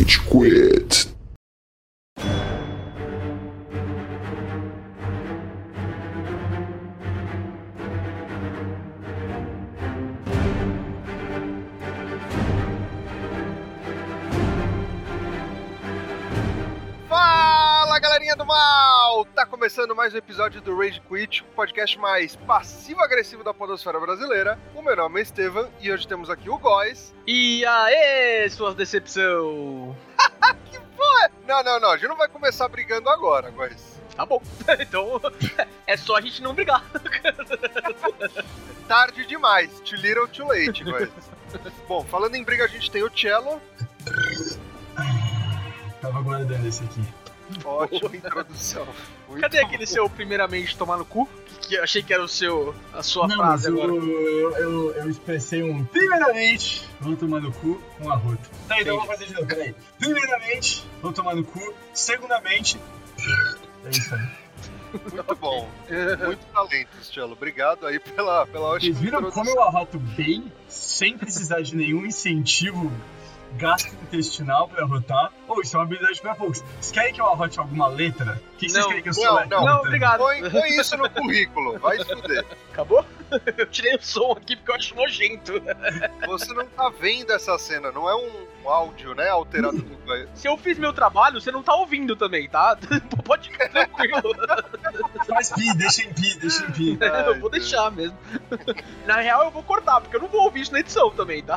Rage Quit. Fala, galerinha do mal! Tá começando mais um episódio do Rage Quit, o podcast mais passivo-agressivo da podosfera brasileira. O meu nome é Estevam e hoje temos aqui o Góis. E aê, sua decepção! Que porra! Não, a gente não vai começar brigando agora, Góis. Tá bom, então é só a gente não brigar. Tarde demais, too little, too late, Góis. Bom, falando em briga, a gente tem o Cello. Tava guardando esse aqui. Ótima introdução. Muito Cadê bom. aquele seu primeiramente tomar no cu? Que eu achei que era a sua Não, frase mas agora. eu expressei um primeiramente, vou tomar no cu com a Ruta. Tá, então eu vou fazer de novo, peraí. Primeiramente, vou tomar no cu. Segundamente, é isso aí. Muito bom. Muito talento, Cello. Obrigado aí pela ótima Vocês viram como eu arroto bem, sem precisar de nenhum incentivo gastrointestinal pra arrotar? Ou isso é uma habilidade pra poucos. Vocês querem que eu arrote alguma letra? O que vocês Não, querem que eu não, soletre? não. Não, obrigado. Põe isso no currículo, vai se fuder. Acabou? Eu tirei o som aqui porque eu acho nojento. Você não tá vendo essa cena, não é um áudio, né, alterado do Góis. Se eu fiz meu trabalho, você não tá ouvindo também, tá? Pode ficar tranquilo. Faz pi, deixa em pi. Eu vou deixar mesmo. Na real, eu vou cortar, porque eu não vou ouvir isso na edição também, tá?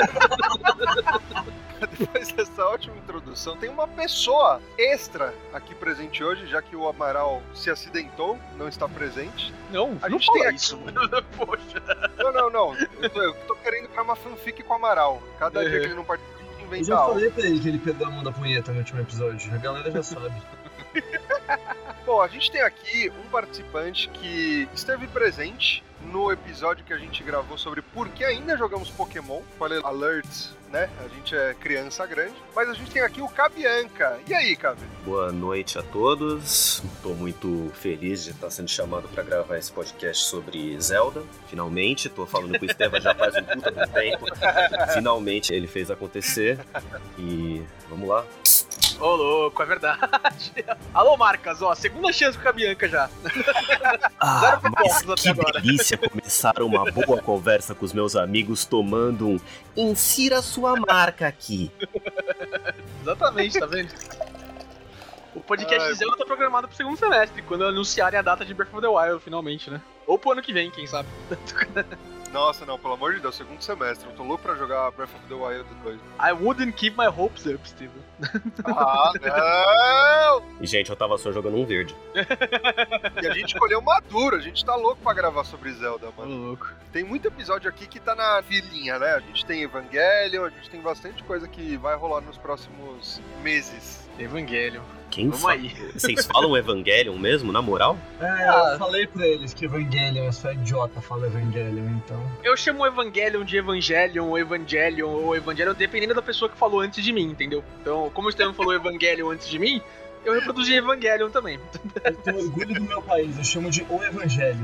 Depois dessa ótima introdução, tem uma pessoa extra aqui presente hoje, já que o Amaral se acidentou, não está presente. Não, A não gente fala tem aqui- isso. Poxa. Não. Eu tô querendo criar uma fanfic com o Amaral. Cada dia que ele não participa, a gente Eu inventa já algo. falei pra ele que ele perdeu a mão da punheta no último episódio. A galera já sabe. Bom, a gente tem aqui um participante que esteve presente no episódio que a gente gravou sobre por que ainda jogamos Pokémon. Spoiler alert, né? A gente é criança grande. Mas a gente tem aqui o Cabianca. E aí, Cabi? Boa noite a todos. Estou muito feliz de estar sendo chamado para gravar esse podcast sobre Zelda. Finalmente, estou falando com o Estevam já faz um puta do tempo. Finalmente ele fez acontecer. E vamos lá. Ô, louco, é verdade. Alô, Marcas, ó, segunda chance com a Bianca já. Ah, Zero mas pontos até que agora. delícia começar uma boa conversa com os meus amigos tomando um insira sua marca aqui. Exatamente, tá vendo? O podcast Ai, de Zelda tá programado pro segundo semestre, quando anunciarem a data de Breath of the Wild, finalmente, né? Ou pro ano que vem, quem sabe. Nossa, não, pelo amor de Deus, segundo semestre. Eu tô louco pra jogar Breath of the Wild 2. I wouldn't keep my hopes up, Steve. Ah, não! E, gente, eu tava só jogando um verde. E a gente escolheu maduro, a gente tá louco pra gravar sobre Zelda, Ô, mano. louco. Tem muito episódio aqui que tá na filinha, né? A gente tem Evangelion, a gente tem bastante coisa que vai rolar nos próximos meses. Evangelion. Quem Vamos fala? aí. Vocês falam Evangelion mesmo, na moral? Eu falei pra eles que Evangelion, eu sou idiota, fala Evangelion, então. Eu chamo o Evangelion de Evangelion ou Evangelion, dependendo da pessoa que falou antes de mim, entendeu? Então, como o Estevam falou Evangelion antes de mim, eu reproduzi Evangelion também. Eu tenho orgulho do meu país, eu chamo de O Evangelho.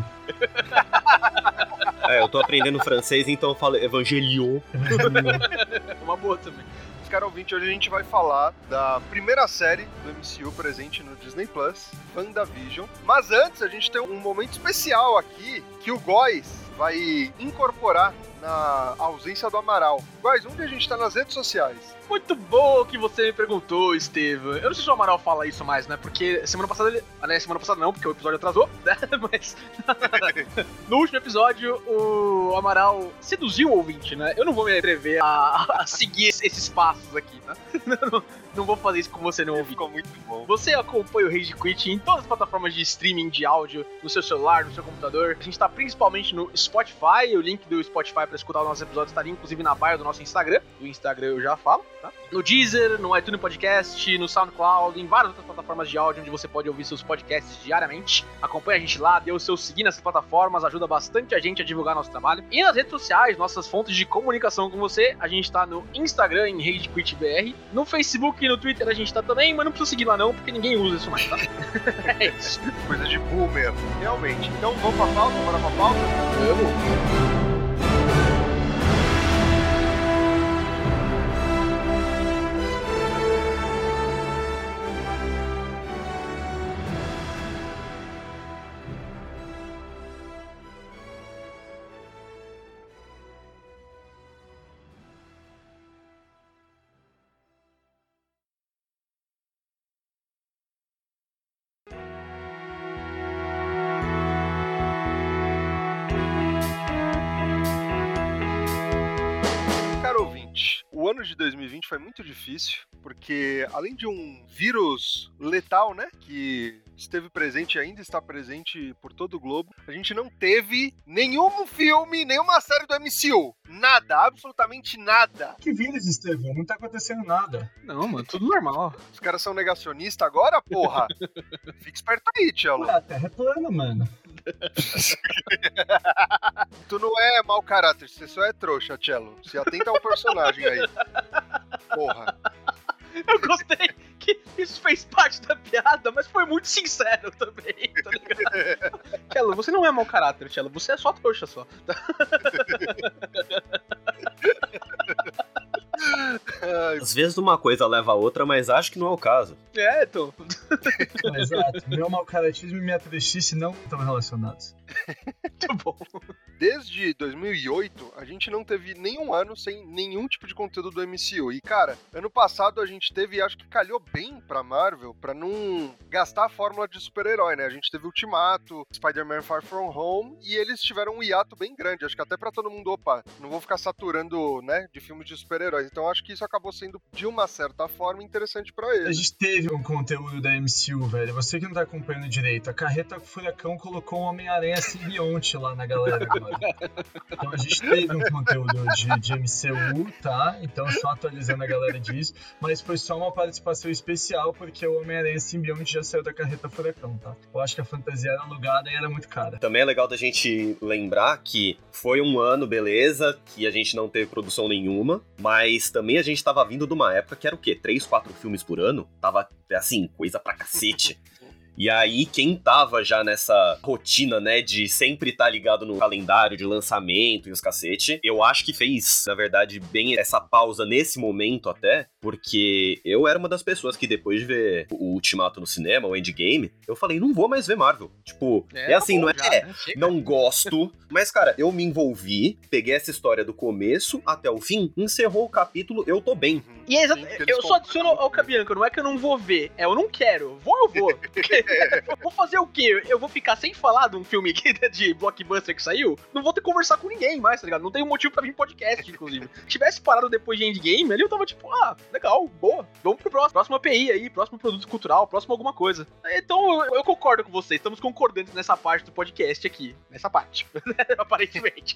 Eu tô aprendendo francês, então eu falo Evangelion. Uma boa também. Cara ouvinte, hoje a gente vai falar da primeira série do MCU presente no Disney Plus, WandaVision. Mas antes, a gente tem um momento especial aqui que o Góis vai incorporar na ausência do Amaral. Góis, onde a gente tá nas redes sociais? Muito bom que você me perguntou, Estevam. Eu não sei se o Amaral fala isso mais, né? Porque semana passada ele... Semana passada não, porque o episódio atrasou, né? Mas no último episódio o Amaral seduziu o ouvinte, né? Eu não vou me atrever a seguir esses passos aqui, tá? Não vou fazer isso com você, não, ouvinte. Ficou muito bom. Você acompanha o Rage Quit em todas as plataformas de streaming de áudio, no seu celular, no seu computador. A gente tá principalmente no Spotify. O link do Spotify para escutar os nossos episódios estaria inclusive na bio do nosso Instagram. Do Instagram eu já falo, tá? No Deezer, no iTunes Podcast, no SoundCloud, em várias outras plataformas de áudio onde você pode ouvir seus podcasts diariamente. Acompanhe a gente lá, dê o seu seguir nessas plataformas, ajuda bastante a gente a divulgar nosso trabalho. E nas redes sociais, nossas fontes de comunicação com você, a gente tá no Instagram, em RageQuitBR. No Facebook e no Twitter a gente tá também, mas não precisa seguir lá não, porque ninguém usa isso mais, tá? É isso. Coisa de boomer, realmente. Então vamos pra pauta, bora pra pauta? Vamos. o ano de 2020 foi muito difícil, porque além de um vírus letal, né, que esteve presente e ainda está presente por todo o globo, a gente não teve nenhum filme, nenhuma série do MCU. Nada, absolutamente nada. Que vírus, Estevão? Não tá acontecendo nada. Não, mano, tudo normal. Os caras são negacionistas agora, porra? Fica esperto aí, Tchelo. Ué, a Terra é plana, mano. Tu não é mau caráter, você só é trouxa, Tchelo. Se atenta ao personagem aí. Porra. Eu gostei que isso fez parte da piada, mas foi muito sincero também, tá ligado? Tchelo, você não é mau caráter, Tchelo, você é só trouxa só. Às vezes uma coisa leva a outra, mas acho que não é o caso. É, então. Exato. Meu malcaratismo e minha trouxice não estão relacionados. Muito bom. Desde 2008, a gente não teve nenhum ano sem nenhum tipo de conteúdo do MCU. E, cara, ano passado a gente teve, acho que calhou bem pra Marvel, pra não gastar a fórmula de super-herói, né? A gente teve Ultimato, Spider-Man Far From Home, e eles tiveram um hiato bem grande. Acho que até pra todo mundo, opa, não vou ficar saturando, né, de filmes de super-heróis. Então acho que isso acabou sendo, de uma certa forma, interessante pra eles. A gente teve um conteúdo da MCU, velho. Você que não tá acompanhando direito, a Carreta Furacão colocou um Homem-Aranha simbionte lá na galera agora. Então a gente teve um conteúdo de MCU, tá? Então só atualizando a galera disso. Mas foi só uma participação especial porque o Homem-Aranha simbionte já saiu da Carreta Furacão, tá? Eu acho que a fantasia era alugada e era muito cara. Também é legal da gente lembrar que foi um ano, beleza, que a gente não teve produção nenhuma, mas também a gente tava vindo de uma época que era o quê? 3, 4 filmes por ano? Tava, assim, coisa pra cacete. E aí, quem tava já nessa rotina, né, de sempre estar ligado no calendário de lançamento e os cacete, eu acho que fez, na verdade, bem essa pausa nesse momento até, porque eu era uma das pessoas que depois de ver o Ultimato no cinema, o Endgame, eu falei, não vou mais ver Marvel. Tipo, é assim, não é, já, não gosto, mas, cara, eu me envolvi, peguei essa história do começo até o fim, encerrou o capítulo, eu tô bem. E é eu só adiciono ao Cabianca, não é que eu não vou ver, é eu não quero. Eu vou. Vou fazer o quê? Eu vou ficar sem falar de um filme de blockbuster que saiu? Não vou ter que conversar com ninguém mais, tá ligado? Não tem motivo pra vir podcast, inclusive. Se tivesse parado depois de Endgame, ali eu tava tipo, legal, boa. Vamos pro próximo API aí, próximo produto cultural, próximo alguma coisa. Então eu concordo com vocês, estamos concordantes nessa parte do podcast aqui. Nessa parte, aparentemente.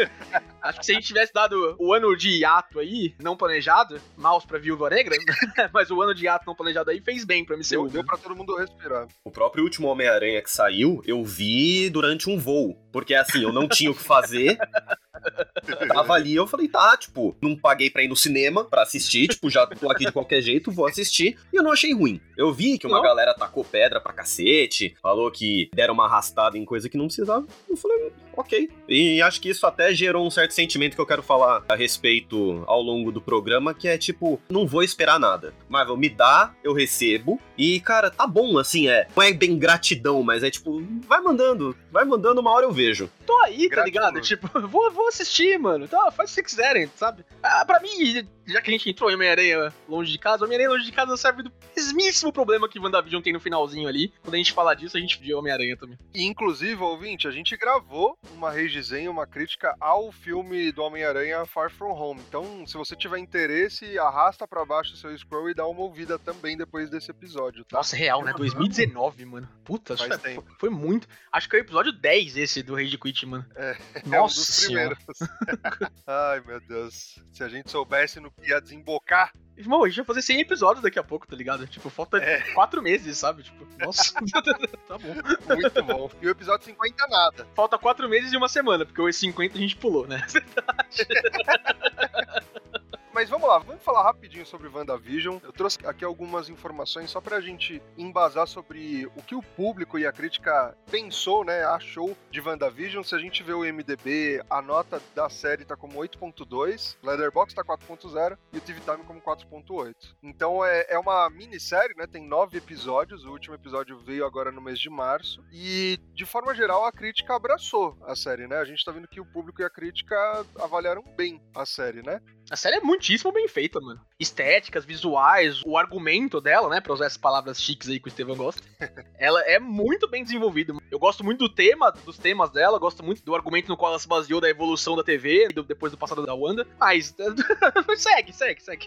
Acho que se a gente tivesse dado o ano de hiato aí, não planejado, mouse pra Viúva Negra, mas o ano de hiato não planejado aí fez bem pra MCU. Deu pra todo mundo respirar. O próprio último Homem-Aranha que saiu, eu vi durante um voo. Porque assim, eu não tinha o que fazer. Tava ali, eu falei, tá, tipo, não paguei pra ir no cinema pra assistir, tipo, já tô aqui de qualquer jeito, vou assistir. E eu não achei ruim. Eu vi que uma galera tacou pedra pra cacete, falou que deram uma arrastada em coisa que não precisava. Eu falei, ok. E acho que isso até gerou um certo sentimento que eu quero falar a respeito ao longo do programa, que é tipo, não vou esperar nada. Marvel, me dá, eu recebo. E, cara, tá bom, assim, não é bem gratidão, mas é tipo, vai mandando, uma hora eu vejo. Tô aí, tá ligado? Tipo, vou assistir, mano. Então, faz o que vocês quiserem, sabe? Pra mim, já que a gente entrou em Homem-Aranha longe de casa, Homem-Aranha longe de casa serve do mesmíssimo problema que WandaVision tem no finalzinho ali. Quando a gente fala disso, a gente viu Homem-Aranha também. E, inclusive, ouvinte, a gente gravou uma resenha, uma crítica ao filme do Homem-Aranha Far From Home. Então, se você tiver interesse, arrasta pra baixo o seu scroll e dá uma ouvida também depois desse episódio, tá? Nossa, real, né? 2019, mano. Puta, foi muito. Acho que é o episódio 10 esse do Rage Quit, mano. Nossa, um dos primeiros. Ai, meu Deus. Se a gente soubesse no que ia desembocar. Irmão, a gente vai fazer 100 episódios daqui a pouco, tá ligado? Tipo, falta 4 meses, sabe? Tipo, nossa. Tá bom. Muito bom. E o episódio 50 nada. Falta 4 meses e uma semana, porque os 50 a gente pulou, né? Mas vamos lá, vamos falar rapidinho sobre WandaVision. Eu trouxe aqui algumas informações só pra gente embasar sobre o que o público e a crítica pensou, né, achou de WandaVision. Se a gente vê o IMDb, a nota da série tá como 8.2, Letterboxd tá 4.0 e o TV Time como 4.8. Então é uma minissérie, né, tem 9 episódios, o último episódio veio agora no mês de março, e de forma geral a crítica abraçou a série, né, a gente tá vendo que o público e a crítica avaliaram bem a série, né. A série é muitíssimo bem feita, mano. Estéticas, visuais, o argumento dela, né, pra usar essas palavras chiques aí que o Estevão gosta, ela é muito bem desenvolvida. Eu gosto muito dos temas dela, gosto muito do argumento no qual ela se baseou da evolução da TV, depois do passado da Wanda, mas segue.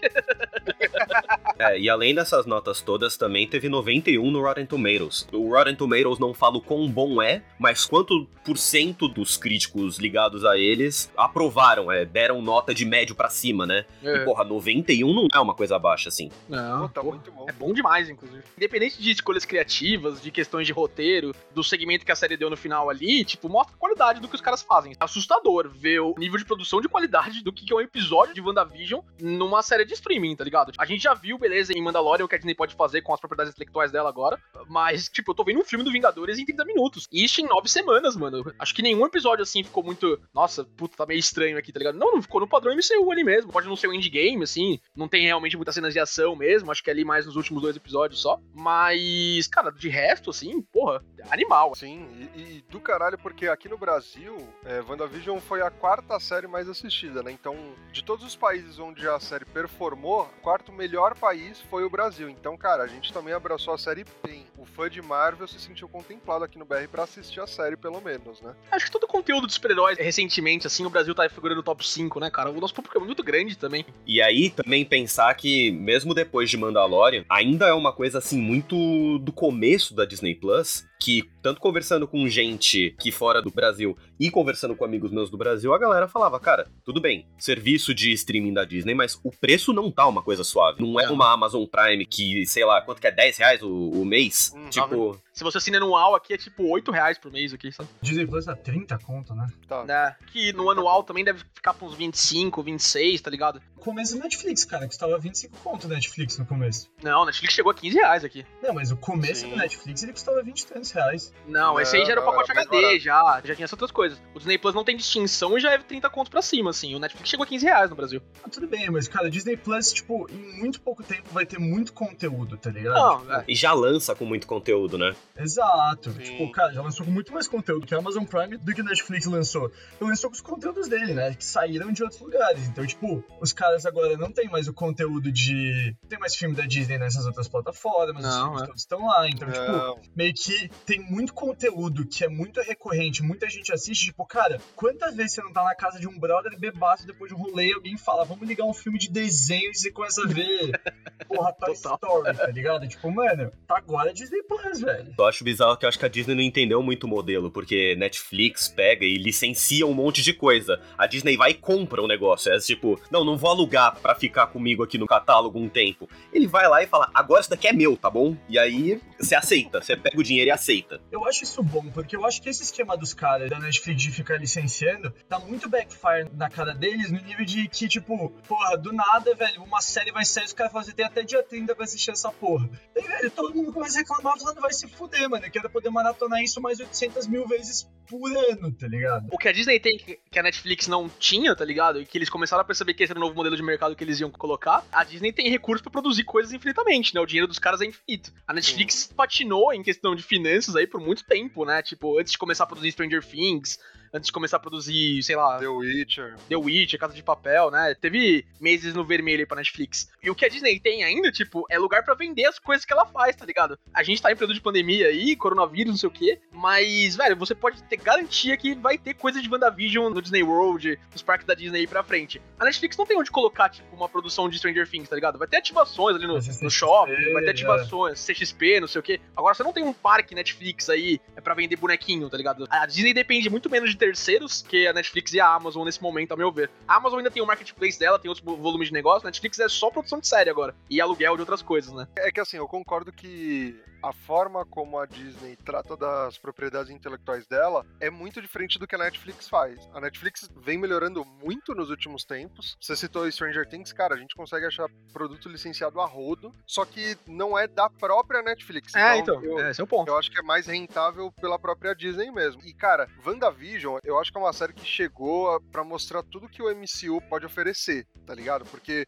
E além dessas notas todas, também teve 91 no Rotten Tomatoes. O Rotten Tomatoes não fala o quão bom é, mas quanto % dos críticos ligados a eles aprovaram, deram nota de médio pra cima, né? E, porra, 91 não é uma coisa baixa, assim. Não, tá muito bom. É bom demais, inclusive. Independente de escolhas criativas, de questões de roteiro, do segmento que a série deu no final ali, tipo, mostra a qualidade do que os caras fazem. É assustador ver o nível de produção de qualidade do que é um episódio de WandaVision numa série de streaming, tá ligado? A gente já viu, beleza, em Mandalorian o que a Disney pode fazer com as propriedades intelectuais dela agora, mas, tipo, eu tô vendo um filme do Vingadores em 30 minutos. E isso em 9 semanas, mano. Acho que nenhum episódio, assim, ficou muito... Nossa, puta, tá meio estranho aqui, tá ligado? Não ficou no padrão MCU ali mesmo. Pode não ser um endgame, assim, não tem realmente muitas cenas de ação mesmo, acho que é ali mais nos últimos 2 episódios só. Mas, cara, de resto, assim, porra, animal. Sim, e do caralho, porque aqui no Brasil, WandaVision foi a 4ª série mais assistida, né? Então, de todos os países onde a série performou, o 4º melhor país foi o Brasil. Então, cara, a gente também abraçou a série bem. O fã de Marvel se sentiu contemplado aqui no BR pra assistir a série, pelo menos, né? Acho que todo o conteúdo de super-heróis, recentemente, assim, o Brasil tá figurando no top 5, né, cara? O nosso público é muito grande também. E aí, também pensar que, mesmo depois de Mandalorian, ainda é uma coisa, assim, muito do começo da Disney Plus, que, tanto conversando com gente aqui fora do Brasil e conversando com amigos meus do Brasil, a galera falava, cara, tudo bem, serviço de streaming da Disney, mas o preço não tá uma coisa suave. Não é uma Amazon Prime que, sei lá, quanto que é, R$10 o mês? Tipo... Se você assina anual aqui, é tipo R$8 por mês aqui, sabe? Disney Plus tá 30 conto, né? Tá. Que no anual também deve ficar pra uns 25, 26, tá ligado? Começo do Netflix, cara, que custava 25 conto Netflix no começo. Não, o Netflix chegou a R$15 aqui. Não, mas o começo do Netflix ele custava 20 e tantos reais. Não, esse aí já era o pacote HD, já tinha essas outras coisas. O Disney Plus não tem distinção e já é 30 conto pra cima, assim. O Netflix chegou a R$15 no Brasil. Tudo bem, mas, cara, o Disney Plus, tipo, em muito pouco tempo vai ter muito conteúdo, tá ligado? Não, tipo, E já lança com muito conteúdo, né? Exato. Sim. Tipo, cara, já lançou com muito mais conteúdo que a Amazon Prime do que a Netflix lançou. Ele lançou com os conteúdos dele, né? Que saíram de outros lugares. Então, tipo, os caras agora não tem mais o conteúdo de... Não tem mais filme da Disney nessas outras plataformas, os filmes todos estão lá. Então, tipo, meio que tem muito conteúdo que é muito recorrente, muita gente assiste. Tipo, cara, quantas vezes você não tá na casa de um brother bebaço depois de um rolê e alguém fala, vamos ligar um filme de desenho e você começa a ver, porra, Toy Story, tá ligado? Tipo, mano, tá agora Disney Plus, velho. Eu acho bizarro que eu acho que a Disney não entendeu muito o modelo, porque Netflix pega e licencia um monte de coisa. A Disney vai e compra o negócio. É tipo, não vou alugar pra ficar comigo aqui no catálogo um tempo. Ele vai lá e fala, agora isso daqui é meu, tá bom? E aí, você aceita. Você pega o dinheiro e aceita. Eu acho isso bom, porque eu acho que esse esquema dos caras da Netflix de ficar licenciando tá muito backfire na cara deles, no nível de que, tipo, porra, do nada, velho, uma série vai sair, os caras falam, você tem até dia 30 pra assistir essa porra. E, velho, todo mundo começa a reclamar, falando, vai se fuder, mano, eu quero poder maratonar isso mais 800 mil vezes por ano, tá ligado? O que a Disney tem que a Netflix não tinha, tá ligado? E que eles começaram a perceber que esse era o novo modelo de mercado que eles iam colocar, a Disney tem recursos pra produzir coisas infinitamente, né? O dinheiro dos caras é infinito. A Netflix patinou em questão de finanças aí por muito tempo, né? Tipo, antes de começar a produzir Stranger Things, antes de começar a produzir, sei lá... The Witcher, Casa de Papel, né? Teve meses no vermelho aí pra Netflix. E o que a Disney tem ainda, tipo, é lugar pra vender as coisas que ela faz, tá ligado? A gente tá em período de pandemia aí, coronavírus, não sei o quê, mas, velho, você pode ter garantia que vai ter coisa de WandaVision no Disney World, nos parques da Disney aí pra frente. A Netflix não tem onde colocar, tipo, uma produção de Stranger Things, tá ligado? Vai ter ativações ali no shopping, vai ter ativações, CXP, não sei o quê. Agora, você não tem um parque Netflix aí pra vender bonequinho, tá ligado? A Disney depende muito menos de terceiros que a Netflix e a Amazon nesse momento, a meu ver. A Amazon ainda tem o marketplace dela, tem outros volumes de negócio, a Netflix é só produção de série agora. E aluguel de outras coisas, né? É que assim, eu concordo que a forma como a Disney trata das propriedades intelectuais dela é muito diferente do que a Netflix faz. A Netflix vem melhorando muito nos últimos tempos. Você citou Stranger Things, cara, a gente consegue achar produto licenciado a rodo, só que não é da própria Netflix. Esse é o ponto. Eu acho que é mais rentável pela própria Disney mesmo. E, cara, WandaVision, eu acho que é uma série que chegou pra mostrar tudo que o MCU pode oferecer, tá ligado? Porque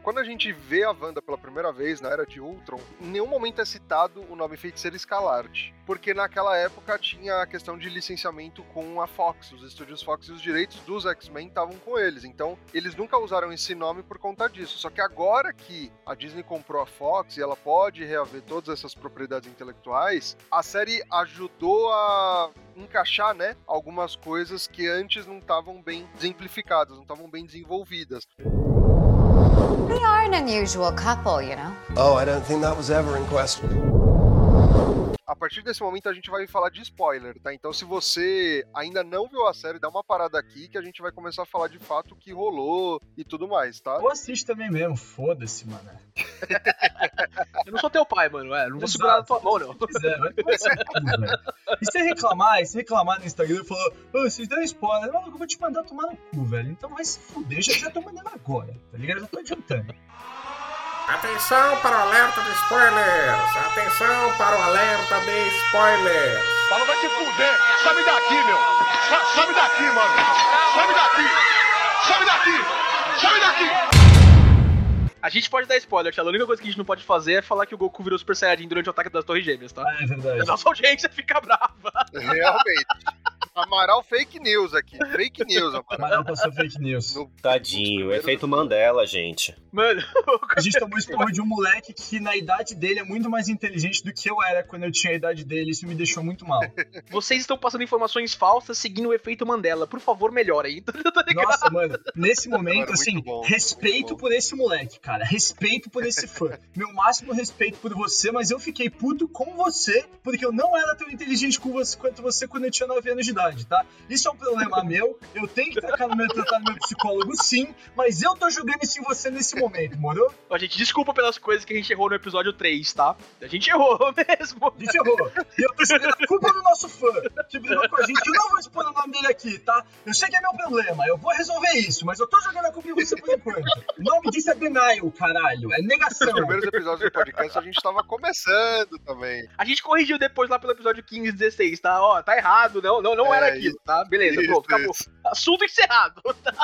quando a gente vê a Wanda pela primeira vez na Era de Ultron, em nenhum momento é citado o nome Feiticeira Escarlate, porque naquela época tinha a questão de licenciamento com a Fox, os estúdios Fox, e os direitos dos X-Men estavam com eles, então eles nunca usaram esse nome por conta disso. Só que agora que a Disney comprou a Fox e ela pode reaver todas essas propriedades intelectuais, a série ajudou a encaixar, né, algumas coisas que antes não estavam bem exemplificadas, não estavam bem desenvolvidas. We are an unusual couple, you know. Oh, I don't think that was ever in question. A partir desse momento a gente vai falar de spoiler, tá? Então se você ainda não viu a série, dá uma parada aqui que a gente vai começar a falar de fato o que rolou e tudo mais, tá? Eu assisto também mesmo, foda-se, mano. Eu não sou teu pai, mano, não vou segurar na tua mão, não. Vai começar tudo, velho. E se reclamar no Instagram e falar, vocês deram spoiler, eu vou te mandar tomar no cu, velho. Então vai se fuder, eu já tô mandando agora, tá ligado? Eu já tô adiantando. Atenção para o alerta de spoilers! Atenção para o alerta de spoilers! Fala, vai te fuder! Sobe daqui, meu! Sobe daqui, mano! Sobe daqui! Sobe daqui! Sobe daqui! A gente pode dar spoiler, Tchela. A única coisa que a gente não pode fazer é falar que o Goku virou Super Saiyajin durante o ataque das Torres Gêmeas, tá? É verdade. A nossa audiência fica brava. Realmente. Amaral fake news aqui. Fake news, Amaral. Amaral passou fake news. Tadinho, efeito Mandela, gente. Mano, a gente tomou esporro de um moleque que na idade dele é muito mais inteligente do que eu era quando eu tinha a idade dele. Isso me deixou muito mal. Vocês estão passando informações falsas seguindo o efeito Mandela. Por favor, melhora aí. Nossa, mano, nesse momento, Cara, assim, bom, respeito por esse moleque, cara. Respeito por esse fã. Meu máximo respeito por você, mas eu fiquei puto com você, porque eu não era tão inteligente quanto você quando eu tinha 9 anos de idade, tá? Isso é um problema meu, eu tenho que tratar no meu psicólogo sim, mas eu tô jogando isso em você nesse momento, moro? Ó, gente, desculpa pelas coisas que a gente errou no episódio 3, tá? A gente errou mesmo. A gente errou. E eu tô jogando a culpa do nosso fã, que brigou com a gente. Eu não vou expor o nome dele aqui, tá? Eu sei que é meu problema, eu vou resolver isso, mas eu tô jogando a culpa em você por enquanto. O nome disso é denial, caralho, é negação. Nos primeiros episódios do podcast a gente tava começando também. A gente corrigiu depois lá pelo episódio 15 e 16, tá? Ó, tá errado, não era aquilo, tá? Beleza, pronto, acabou. Assunto encerrado.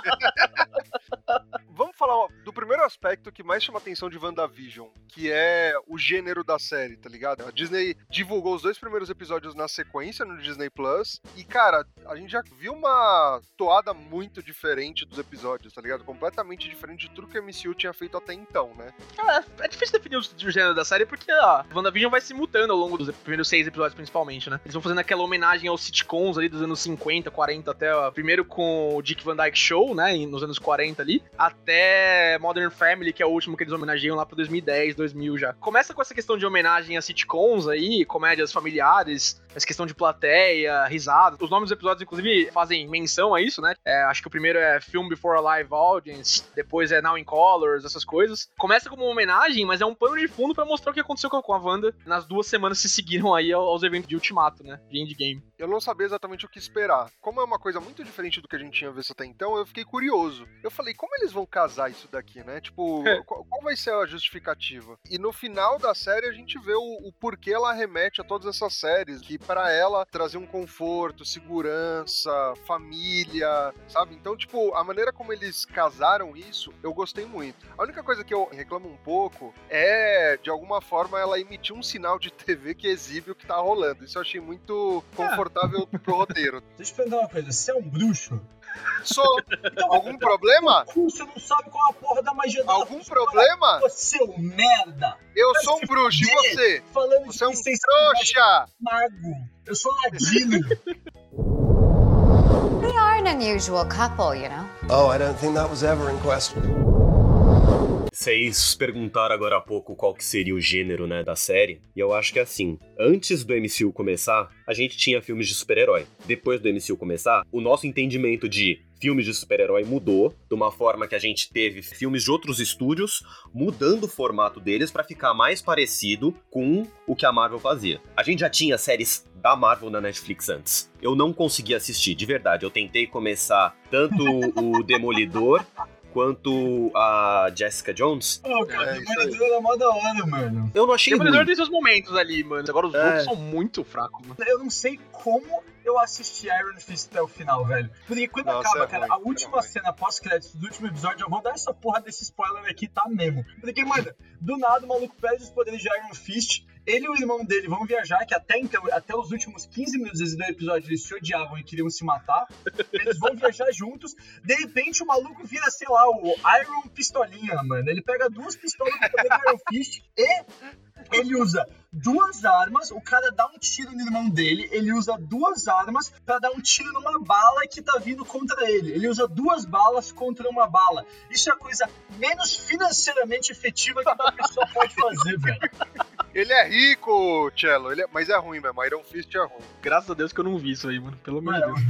Vamos falar do primeiro aspecto que mais chama a atenção de WandaVision, que é o gênero da série, tá ligado? A Disney divulgou os 2 primeiros episódios na sequência no Disney Plus e, cara, a gente já viu uma toada muito diferente dos episódios, tá ligado? Completamente diferente de tudo que a MCU tinha feito até então, né? É difícil definir o gênero da série porque a WandaVision vai se mutando ao longo dos primeiros 6 episódios, principalmente, né? Eles vão fazendo aquela homenagem aos sitcoms ali dos anos 50, 40 até, ó, primeiro com o Dick Van Dyke Show, né, nos anos 40 ali, até Modern Family, que é o último que eles homenageiam lá pro 2010, 2000 já. Começa com essa questão de homenagem a sitcoms aí, comédias familiares, essa questão de plateia, risada. Os nomes dos episódios, inclusive, fazem menção a isso, né? Acho que o primeiro é Film Before a Live Audience, depois é Now in Colors, essas coisas. Começa como uma homenagem, mas é um pano de fundo pra mostrar o que aconteceu com a Wanda nas 2 semanas que se seguiram aí aos eventos de Ultimato, né? De Endgame. Eu não sabia exatamente o que esperar. Como é uma coisa muito diferente do que a gente tinha visto até então, eu fiquei curioso. Eu falei, como eles vão casar isso daqui, né? Tipo, qual vai ser a justificativa? E no final da série a gente vê o porquê ela remete a todas essas séries, que pra ela trazer um conforto, segurança, família, sabe? Então, tipo, a maneira como eles casaram isso, eu gostei muito. A única coisa que eu reclamo um pouco é, de alguma forma, ela emitir um sinal de TV que exibe o que tá rolando. Isso eu achei muito confortável pro roteiro. Deixa eu perguntar uma coisa, você é um bruxo? Sou. Então, algum problema? Você não sabe qual é a porra da magia da Algum problema? Você é um merda. Eu sou um bruxo, e você? Falando você é um de trouxa. Mago. Eu sou ladino. We are an unusual couple, you know. Oh, I don't think that was ever in question. Vocês perguntaram agora há pouco qual que seria o gênero, né, da série, e eu acho que assim, antes do MCU começar, a gente tinha filmes de super-herói. Depois do MCU começar, o nosso entendimento de filmes de super-herói mudou, de uma forma que a gente teve filmes de outros estúdios mudando o formato deles pra ficar mais parecido com o que a Marvel fazia. A gente já tinha séries da Marvel na Netflix antes. Eu não consegui assistir, de verdade. Eu tentei começar tanto o Demolidor quanto a Jessica Jones. Cara, o Demolidor era mó da hora, mano. Eu não achei O Demolidor ruim. tem seus momentos ali, mano. Agora os outros são muito fracos, mano. Eu não sei como eu assisti Iron Fist até o final, velho. Porque quando acaba, cara, a última cena pós-créditos do último episódio, eu vou dar essa porra desse spoiler aqui, tá mesmo. Porque, mano, do nada o maluco perde os poderes de Iron Fist, ele e o irmão dele vão viajar, que até os últimos 15 minutos do episódio eles se odiavam e queriam se matar. Eles vão viajar juntos, de repente o maluco vira, sei lá, o Iron Pistolinha, mano. Ele pega 2 pistolas do poder do Iron Fist e ele usa 2 armas, o cara dá um tiro no irmão dele, ele usa 2 armas pra dar um tiro numa bala que tá vindo contra ele. Ele usa 2 balas contra uma bala. Isso é a coisa menos financeiramente efetiva que uma pessoa pode fazer, velho. Ele é rico, Cello, mas é ruim mesmo. Iron Fist é ruim. Graças a Deus que eu não vi isso aí, mano. Pelo amor de Deus.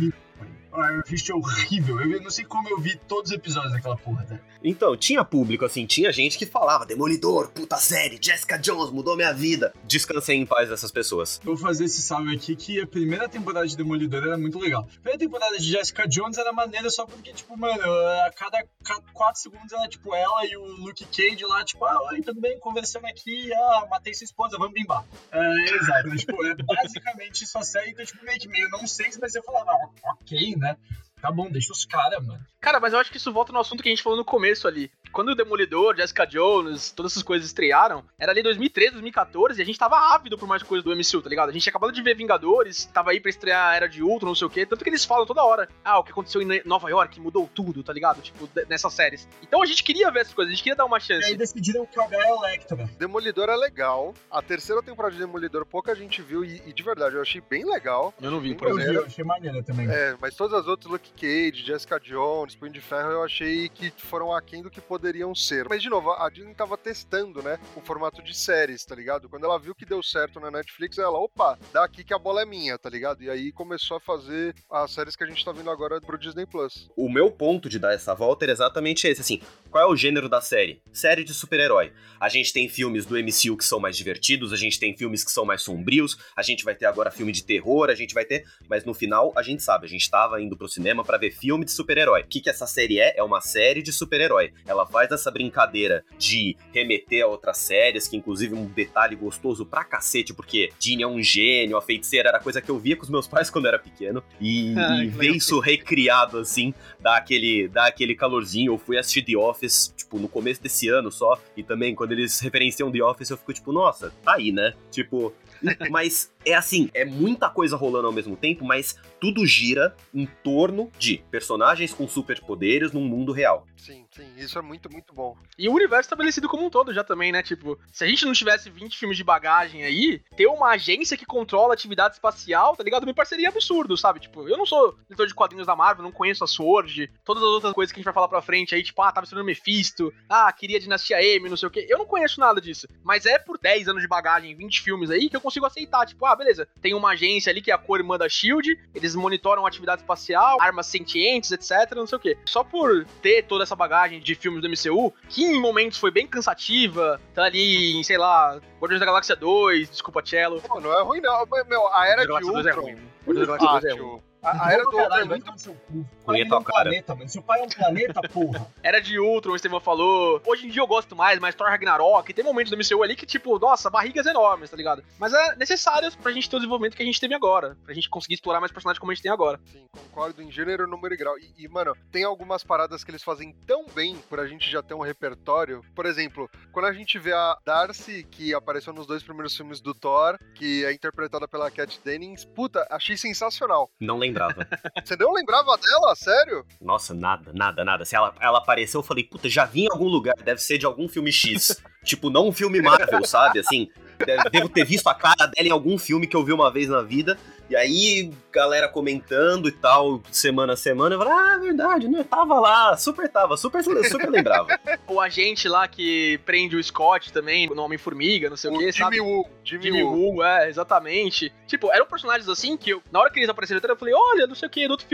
O Iron Fist é horrível. Eu não sei como eu vi todos os episódios daquela porra, tá? Então, tinha público, assim, tinha gente que falava Demolidor, puta série, Jessica Jones, mudou minha vida. Descansei em paz dessas pessoas. Eu vou fazer esse salve aqui que a primeira temporada de Demolidor era muito legal. A primeira temporada de Jessica Jones era maneira só porque, tipo, mano, a cada 4 segundos era, tipo, ela e o Luke Cage lá, tipo, oi, tudo bem, conversando aqui, matei sua esposa, vamos bimbar. Exato, tipo, é basicamente isso a série, então, tipo, meio nonsense, mas eu falava, ok, né? Tá bom, deixa os caras, mano. Cara, mas eu acho que isso volta no assunto que a gente falou no começo ali. Quando o Demolidor, Jessica Jones, todas essas coisas estrearam, era ali 2013, 2014, e a gente tava ávido por mais coisas do MCU, tá ligado? A gente tinha acabado de ver Vingadores, tava aí pra estrear a Era de Ultron, não sei o quê, tanto que eles falam toda hora, o que aconteceu em Nova York mudou tudo, tá ligado? Tipo, nessas séries. Então a gente queria ver essas coisas, a gente queria dar uma chance. E aí decidiram cagar a Electra. Demolidor é legal. A terceira temporada de Demolidor pouca gente viu e de verdade, eu achei bem legal. Eu não vi, por Eu exemplo. achei maneira também. Mas todas as outras, Luke Cage, Jessica Jones, Punho de Ferro, eu achei que foram aquém do que poderiam ser. Mas, de novo, a Disney tava testando, né, o formato de séries, tá ligado? Quando ela viu que deu certo na Netflix, ela, opa, daqui que a bola é minha, tá ligado? E aí começou a fazer as séries que a gente tá vendo agora pro Disney Plus. O meu ponto de dar essa volta era exatamente esse, assim, qual é o gênero da série? Série de super-herói. A gente tem filmes do MCU que são mais divertidos, a gente tem filmes que são mais sombrios, a gente vai ter agora filme de terror, a gente vai ter... Mas no final, a gente sabe, a gente tava indo pro cinema pra ver filme de super-herói. O que essa série é? É uma série de super-herói. Ela faz essa brincadeira de remeter a outras séries, que inclusive um detalhe gostoso pra cacete, porque Jean é um gênio, a feiticeira era coisa que eu via com os meus pais quando eu era pequeno, e ver isso recriado, assim, dá aquele calorzinho. Eu fui assistir The Office, tipo, no começo desse ano só, e também quando eles referenciam The Office, eu fico tipo, nossa, tá aí, né? Tipo... Mas é assim, é muita coisa rolando ao mesmo tempo, mas tudo gira em torno de personagens com superpoderes num mundo real. Sim, isso é muito, muito bom. E o universo estabelecido como um todo já também, né? Tipo, se a gente não tivesse 20 filmes de bagagem aí, ter uma agência que controla a atividade espacial, tá ligado? Me pareceria absurdo, sabe? Tipo, eu não sou leitor de quadrinhos da Marvel, não conheço a SWORD, todas as outras coisas que a gente vai falar pra frente aí, tipo, tava estudando Mephisto, queria Dinastia M, não sei o quê. Eu não conheço nada disso. Mas é por 10 anos de bagagem, 20 filmes aí, que eu consigo aceitar. Tipo, beleza, tem uma agência ali que é a co-irmã da SHIELD, eles monitoram a atividade espacial, armas sentientes, etc, não sei o quê. Só por ter toda essa bagagem de filmes do MCU, que em momentos foi bem cansativa, tá ali em, sei lá, Guardiões da Galáxia 2, desculpa, Cello. Pô, não é ruim não, meu, a Era de Ultron... Guardiões da Galáxia 2 é ruim. A Era do Ultron é muito... Conheta o planeta, mano. Seu pai é um planeta, porra. Era de Ultron, o Estevão falou. Hoje em dia eu gosto mais, mas Thor Ragnarok. Tem momentos do MCU ali que, tipo, nossa, barrigas enormes, tá ligado? Mas é necessário pra gente ter o desenvolvimento que a gente teve agora. Pra gente conseguir explorar mais personagens como a gente tem agora. Sim, concordo em gênero, número e grau. E, mano, tem algumas paradas que eles fazem tão bem por a gente já ter um repertório. Por exemplo, quando a gente vê a Darcy, que apareceu nos 2 primeiros filmes do Thor, que é interpretada pela Kat Dennings, puta, achei sensacional. Não lembrava. Você não lembrava dela? Sério? Nossa, nada. Se ela apareceu, eu falei, puta, já vi em algum lugar, deve ser de algum filme X. Tipo, não um filme Marvel, sabe? Assim, devo ter visto a cara dela em algum filme que eu vi uma vez na vida. E aí, galera comentando e tal, semana a semana, eu falei, verdade, né? Tava lá, super lembrava. O agente lá que prende o Scott também, no Homem-Formiga, não sei o quê, sabe? Jimmy Woo, exatamente. Tipo, eram personagens assim que eu, na hora que eles apareceram, eu falei, olha, não sei o que, do outro filme.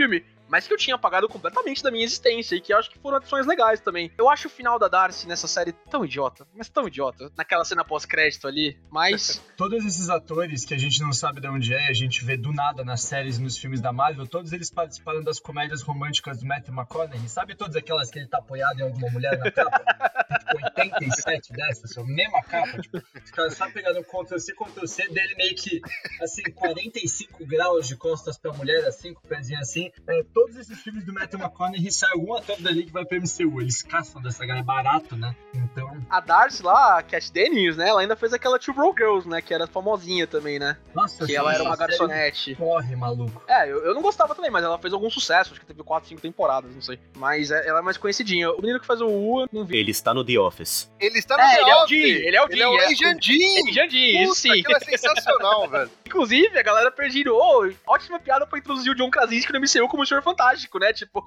mas que eu tinha apagado completamente da minha existência e que eu acho que foram adições legais também. Eu acho o final da Darcy nessa série tão idiota, mas tão idiota, naquela cena pós-crédito ali, mas... Todos esses atores que a gente não sabe de onde é, a gente vê do nada nas séries e nos filmes da Marvel, todos eles participaram das comédias românticas do Matthew McConaughey, sabe todas aquelas que ele tá apoiado em alguma mulher na capa? Tipo, 87 dessas, a mesma capa, tipo, os caras só pegaram Ctrl-C dele meio que, assim, 45 graus de costas pra mulher, assim, com o pezinho assim. Todos esses filmes do Matthew McConaughey sai algum ator dali que vai pro MCU, eles caçam dessa galera, é barato, né? Então... A Darcy lá, a Kat Dennings, né, ela ainda fez aquela Two Broke Girls, né, que era famosinha também, né? Nossa, que ela era uma garçonete. Corre, maluco. Eu não gostava também, mas ela fez algum sucesso, acho que teve 4, 5 temporadas, não sei. Mas ela é mais conhecidinha. O menino que faz o Wu, não vi. Ele está no The Office. Ele está no The Office. Ele é o Dean. Ele é o Agent Dean. Agent Dean, isso sim. Aquilo é sensacional, velho. Inclusive, a galera pediu, ótima piada pra introduzir o John Krasinski no MCU como o Senhor Fantástico, né? Tipo,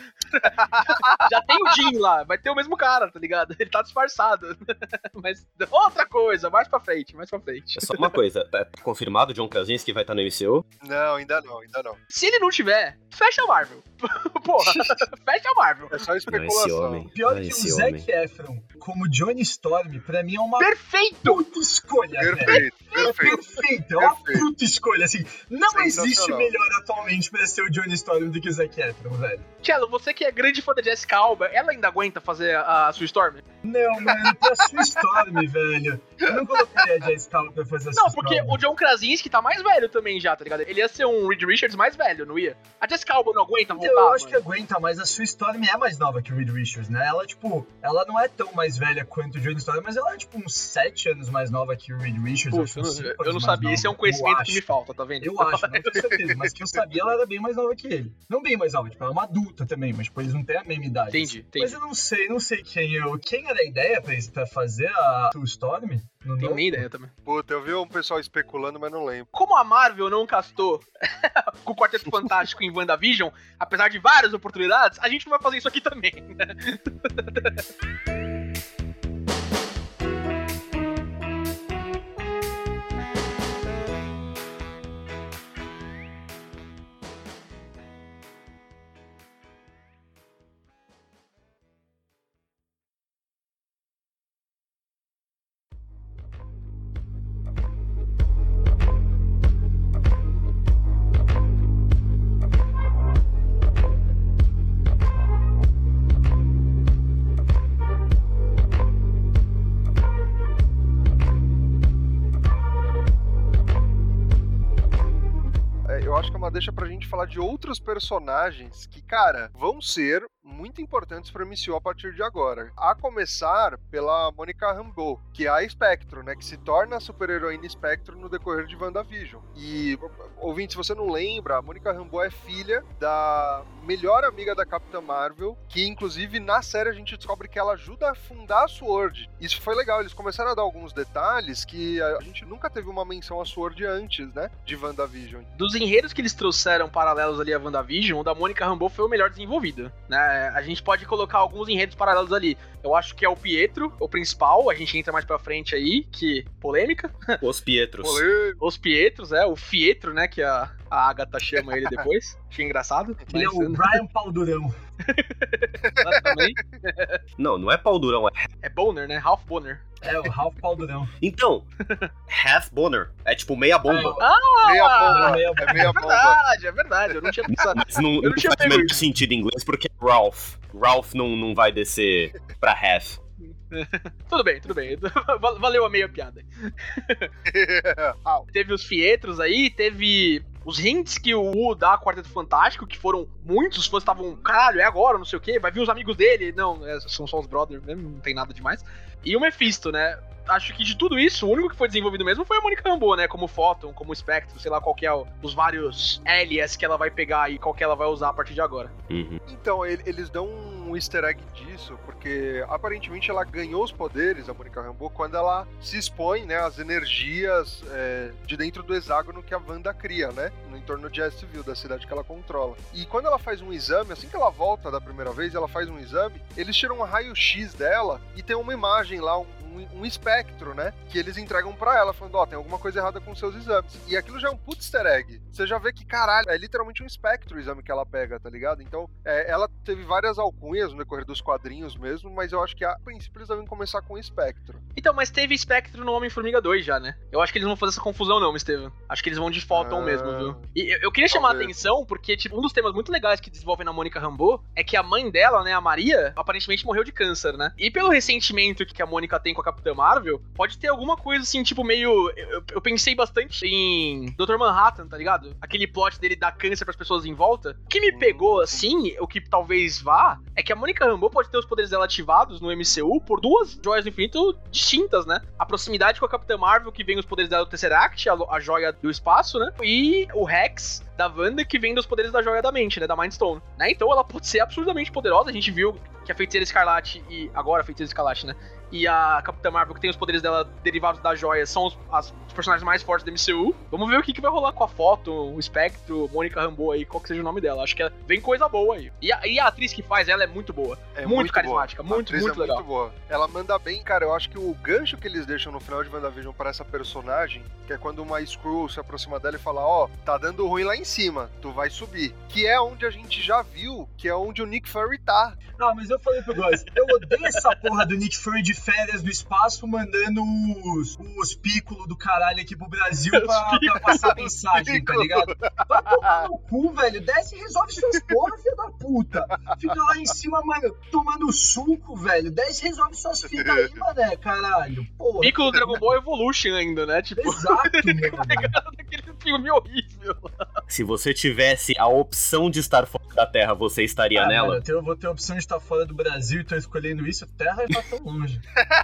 já tem o Dean lá, vai ter o mesmo cara, tá ligado? Ele tá disfarçado. Mas outra coisa, mais pra frente. É só uma coisa, tá confirmado o John Krasinski vai estar no MCU? Não, ainda não. Se ele não tiver, fecha a Marvel. Porra, fecha a Marvel. É só especulação. Pior que o Zac Efron como Johnny Storm, pra mim é uma puta escolha, Perfeito. É uma puta escolha, assim. Não existe melhor atualmente pra ser o Johnny Storm do que o Zac Efron, velho. Cello, você que é grande fã da Jessica Alba, ela ainda aguenta fazer a Sue Storm? Não, mano, pra Sue Storm, velho. Eu não colocaria a Jessica Alba pra fazer a Sue Storm. Não, porque o John Krasinski tá mais velho também já, tá ligado? Ele ia ser um Reed Richards mais velho, não ia? A Jessica Alba não aguenta voltar, eu acho que aguenta, mas a Sue Storm é mais nova que o Reed Richards, né? Ela, tipo, ela não é tão mais velha quanto o Johnny Storm, mas ela é, tipo, uns 7 anos mais nova que o Reed Richards. Puxa, eu não sabia, esse é um conhecimento que me falta, tá vendo? Eu acho, não tenho certeza, mas que eu sabia, ela era bem mais nova que ele. Não bem mais nova, tipo, ela é uma adulta também, mas, tipo, eles não têm a mesma idade. Entendi. Mas eu não sei quem era a ideia pra fazer a Sue Storm? Não tenho nem ideia também. Puta, eu vi um pessoal especulando, mas não lembro. Como a Marvel não castou com o Quarteto Fantástico em WandaVision, apesar de várias oportunidades, a gente não vai fazer isso aqui também. Deixa pra gente falar de outros personagens que, cara, vão ser muito importantes pra MCU a partir de agora. A começar pela Monica Rambeau, que é a Spectro, né? Que se torna a super-heroína Spectro no decorrer de WandaVision. E, ouvinte, se você não lembra, a Monica Rambeau é filha da melhor amiga da Capitã Marvel, que, inclusive, na série a gente descobre que ela ajuda a fundar a SWORD. Isso foi legal, eles começaram a dar alguns detalhes que a gente nunca teve uma menção à SWORD antes, né? De WandaVision. Dos enredos que eles trouxeram paralelos ali a WandaVision, o da Monica Rambeau foi o melhor desenvolvido, né? A gente pode colocar alguns enredos paralelos ali. Eu acho que é o Pietro, o principal, a gente entra mais pra frente aí, que polêmica. Os Pietros. Os Pietros, o Fietro, né, que a Agatha chama ele depois. Achei engraçado. Ele é o Brian Paldurão. Também. Não é Paldurão, é Bonner, né? Ralph Bonner. É, o Ralph Paldurão. Então, Half Bonner é tipo meia bomba. Meia bomba. É verdade, eu não tinha pensado. Mas não faz o menor sentido em inglês porque é Ralph. Ralph não vai descer pra Half. Tudo bem. Valeu a meia piada. Teve os Fietros aí, teve os hints que o Wu dá a Quarteto Fantástico, que foram muitos, os fãs estavam, caralho, é agora, não sei o que, vai vir os amigos dele. Não, são só os brothers mesmo, não tem nada demais. E o Mephisto, né? Acho que de tudo isso, o único que foi desenvolvido mesmo foi a Monica Rambeau, né? Como Photon, como Spectro, sei lá qual que é os vários alias que ela vai pegar e qual que ela vai usar a partir de agora. Uhum. Então, eles dão um um easter egg disso, porque aparentemente ela ganhou os poderes, a Monica Rambeau, quando ela se expõe, né, às energias de dentro do hexágono que a Wanda cria, né, no entorno de Estville, da cidade que ela controla. E quando ela faz um exame, assim que ela volta da primeira vez, ela faz um exame, eles tiram um raio-x dela e tem uma imagem lá, um espectro, né? Que eles entregam pra ela, falando, tem alguma coisa errada com seus exames. E aquilo já é um puto easter egg. Você já vê que, caralho, é literalmente um espectro o exame que ela pega, tá ligado? Então, ela teve várias alcunhas no decorrer dos quadrinhos mesmo, mas eu acho que a princípio eles devem começar com o espectro. Então, mas teve espectro no Homem-Formiga 2 já, né? Eu acho que eles não vão fazer essa confusão não, Estevam. Acho que eles vão de Photon mesmo, viu? E eu queria chamar a atenção, porque, tipo, um dos temas muito legais que desenvolvem na Monica Rambeau é que a mãe dela, né, a Maria, aparentemente morreu de câncer, né? E pelo ressentimento que a Mônica tem com a Capitã Marvel, pode ter alguma coisa assim, tipo, meio... Eu pensei bastante em Dr. Manhattan, tá ligado? Aquele plot dele dar câncer pras pessoas em volta. O que me pegou, assim, o que talvez vá, é que a Monica Rambeau pode ter os poderes dela ativados no MCU por duas joias do infinito distintas, né? A proximidade com a Capitã Marvel, que vem os poderes dela do Tesseract, a joia do espaço, né? E o Rex da Wanda, que vem dos poderes da joia da mente, né? Da Mind Stone, né? Então ela pode ser absurdamente poderosa. A gente viu que a Feiticeira Escarlate agora a Feiticeira Escarlate, né? E a Capitã Marvel, que tem os poderes dela derivados da joia, são os personagens mais fortes do MCU. Vamos ver o que vai rolar com a foto, o Spectro, Monica Rambeau aí, qual que seja o nome dela. Acho que vem coisa boa aí. E a atriz que faz ela é muito boa. É muito carismática, boa. muito legal. Muito boa. Ela manda bem, cara. Eu acho que o gancho que eles deixam no final de WandaVision para essa personagem, que é quando uma Skrull se aproxima dela e fala, tá dando ruim lá em cima, tu vai subir. Que é onde a gente já viu, que é onde o Nick Fury tá. Não, mas eu falei pro Góis, eu odeio essa porra do Nick Fury de férias do espaço mandando os pícolos do caralho aqui pro Brasil pra passar mensagem, tá ligado? Vai tomar no cu, velho. Desce e resolve suas porra, filho da puta. Fica lá em cima, mano, tomando suco, velho. Desce e resolve suas fitas aí, mané, caralho. Porra. Piccolo Dragon Ball Evolution ainda, né? Tipo... Exato, mano. Aquele filme horrível. Se você tivesse a opção de estar fora da Terra, você estaria nela? Mano, eu vou ter a opção de estar fora do Brasil e tô escolhendo isso. A Terra já tá tão longe.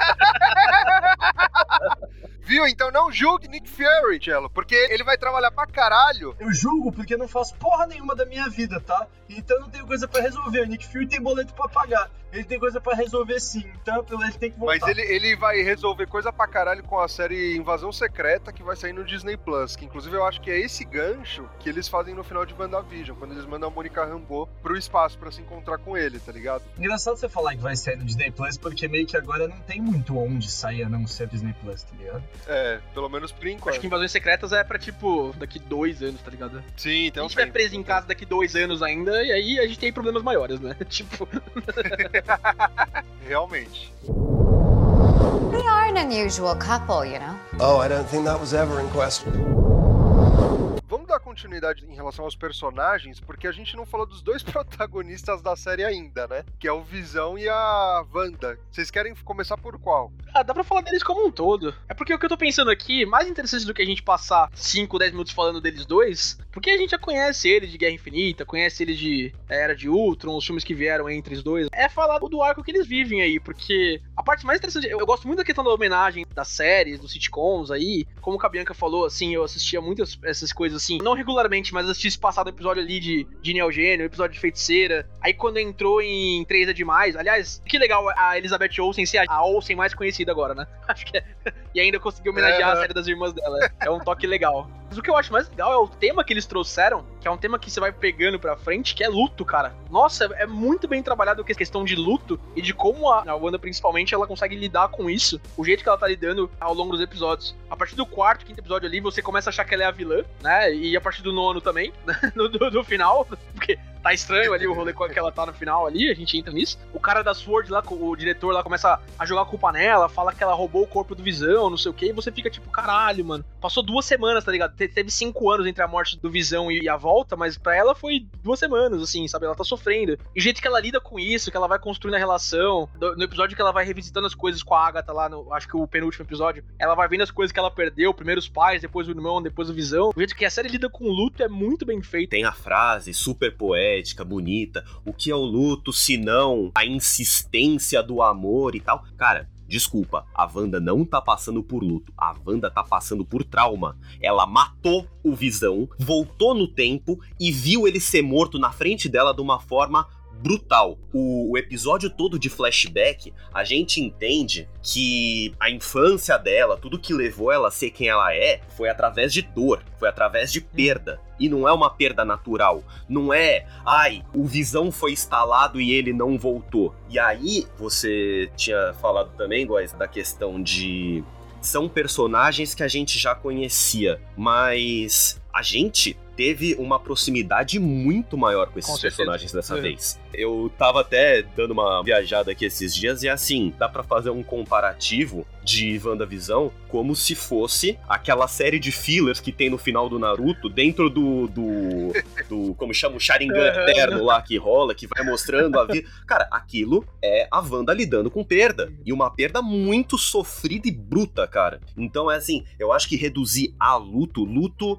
Viu? Então não julgue Nick Fury, Cello, porque ele vai trabalhar pra caralho. Eu julgo porque eu não faço porra nenhuma da minha vida, tá? Então não tenho coisa pra resolver. O Nick Fury tem boleto pra pagar. Ele tem coisa pra resolver sim, então ele tem que voltar. Mas ele vai resolver coisa pra caralho com a série Invasão Secreta, que vai sair no Disney Plus, que inclusive eu acho que é esse gancho que eles fazem no final de WandaVision, quando eles mandam a Monica Rambeau pro espaço pra se encontrar com ele, tá ligado? Engraçado você falar que vai sair no Disney Plus, porque meio que agora não tem muito onde sair a não ser Disney Plus, tá ligado? Pelo menos por enquanto. Acho que Invasões Secretas é pra, tipo, daqui 2 anos, tá ligado? Sim, então. Se a gente estiver preso em casa daqui 2 anos ainda, e aí a gente tem problemas maiores, né? Tipo. Realmente. They are an unusual couple, you know? Oh, I don't think that was ever in question. Vamos dar continuidade em relação aos personagens, porque a gente não falou dos dois protagonistas da série ainda, né? Que é o Visão e a Wanda. Vocês querem começar por qual? Dá pra falar deles como um todo. É porque o que eu tô pensando aqui, mais interessante do que a gente passar 5, 10 minutos falando deles dois, porque a gente já conhece eles de Guerra Infinita, conhece eles de Era de Ultron, os filmes que vieram entre os dois, é falar do arco que eles vivem aí, porque a parte mais interessante, eu gosto muito da questão da homenagem das séries, dos sitcoms aí, como a Bianca falou, assim, eu assistia muitas essas coisas assim, não regularmente, mas assisti esse passado episódio ali de Neo Gênio, episódio de Feiticeira, aí quando entrou em 3 é Demais, aliás, que legal a Elizabeth Olsen ser a Olsen mais conhecida agora, né? Acho que é. E ainda conseguiu homenagear a série das irmãs dela. É um toque legal. Mas o que eu acho mais legal é o tema que eles trouxeram, que é um tema que você vai pegando pra frente, que é luto, cara. Nossa, é muito bem trabalhado a questão de luto e de como a Wanda, principalmente, ela consegue lidar com isso. O jeito que ela tá lidando ao longo dos episódios. A partir do 4º, 5º episódio ali, você começa a achar que ela é a vilã, né? E a partir do 9º também, no final, porque tá estranho ali o rolê que ela tá no final ali, a gente entra nisso. O cara da SWORD lá, o diretor lá, começa a jogar a culpa nela, fala que ela roubou o corpo do Visão, não sei o que, e você fica tipo, caralho, mano. Passou 2 semanas, tá ligado? Teve 5 anos entre a morte do Visão e a volta, mas pra ela foi 2 semanas, assim, sabe? Ela tá sofrendo. E o jeito que ela lida com isso, que ela vai construindo a relação, no episódio que ela vai revisitando as coisas com a Agatha lá, acho que o penúltimo episódio, ela vai vendo as coisas que ela perdeu, primeiro os pais, depois o irmão, depois o Visão. O jeito que a série lida com o luto é muito bem feito. Tem a frase super poética, bonita, o que é o luto se não a insistência do amor e tal. Cara, desculpa, a Wanda não tá passando por luto, a Wanda tá passando por trauma. Ela matou o Visão, voltou no tempo e viu ele ser morto na frente dela de uma forma brutal. O episódio todo de flashback, a gente entende que a infância dela, tudo que levou ela a ser quem ela é, foi através de dor, foi através de perda. E não é uma perda natural. Não é, o Visão foi instalado e ele não voltou. E aí, você tinha falado também, Góis, da questão de... São personagens que a gente já conhecia, mas a gente teve uma proximidade muito maior com esses personagens dessa vez. Eu tava até dando uma viajada aqui esses dias e assim, dá pra fazer um comparativo de WandaVision como se fosse aquela série de fillers que tem no final do Naruto dentro do como chama, o Sharingan eterno lá que rola, que vai mostrando a vida. Cara, aquilo é a Wanda lidando com perda. E uma perda muito sofrida e bruta, cara. Então é assim, eu acho que reduzir a luto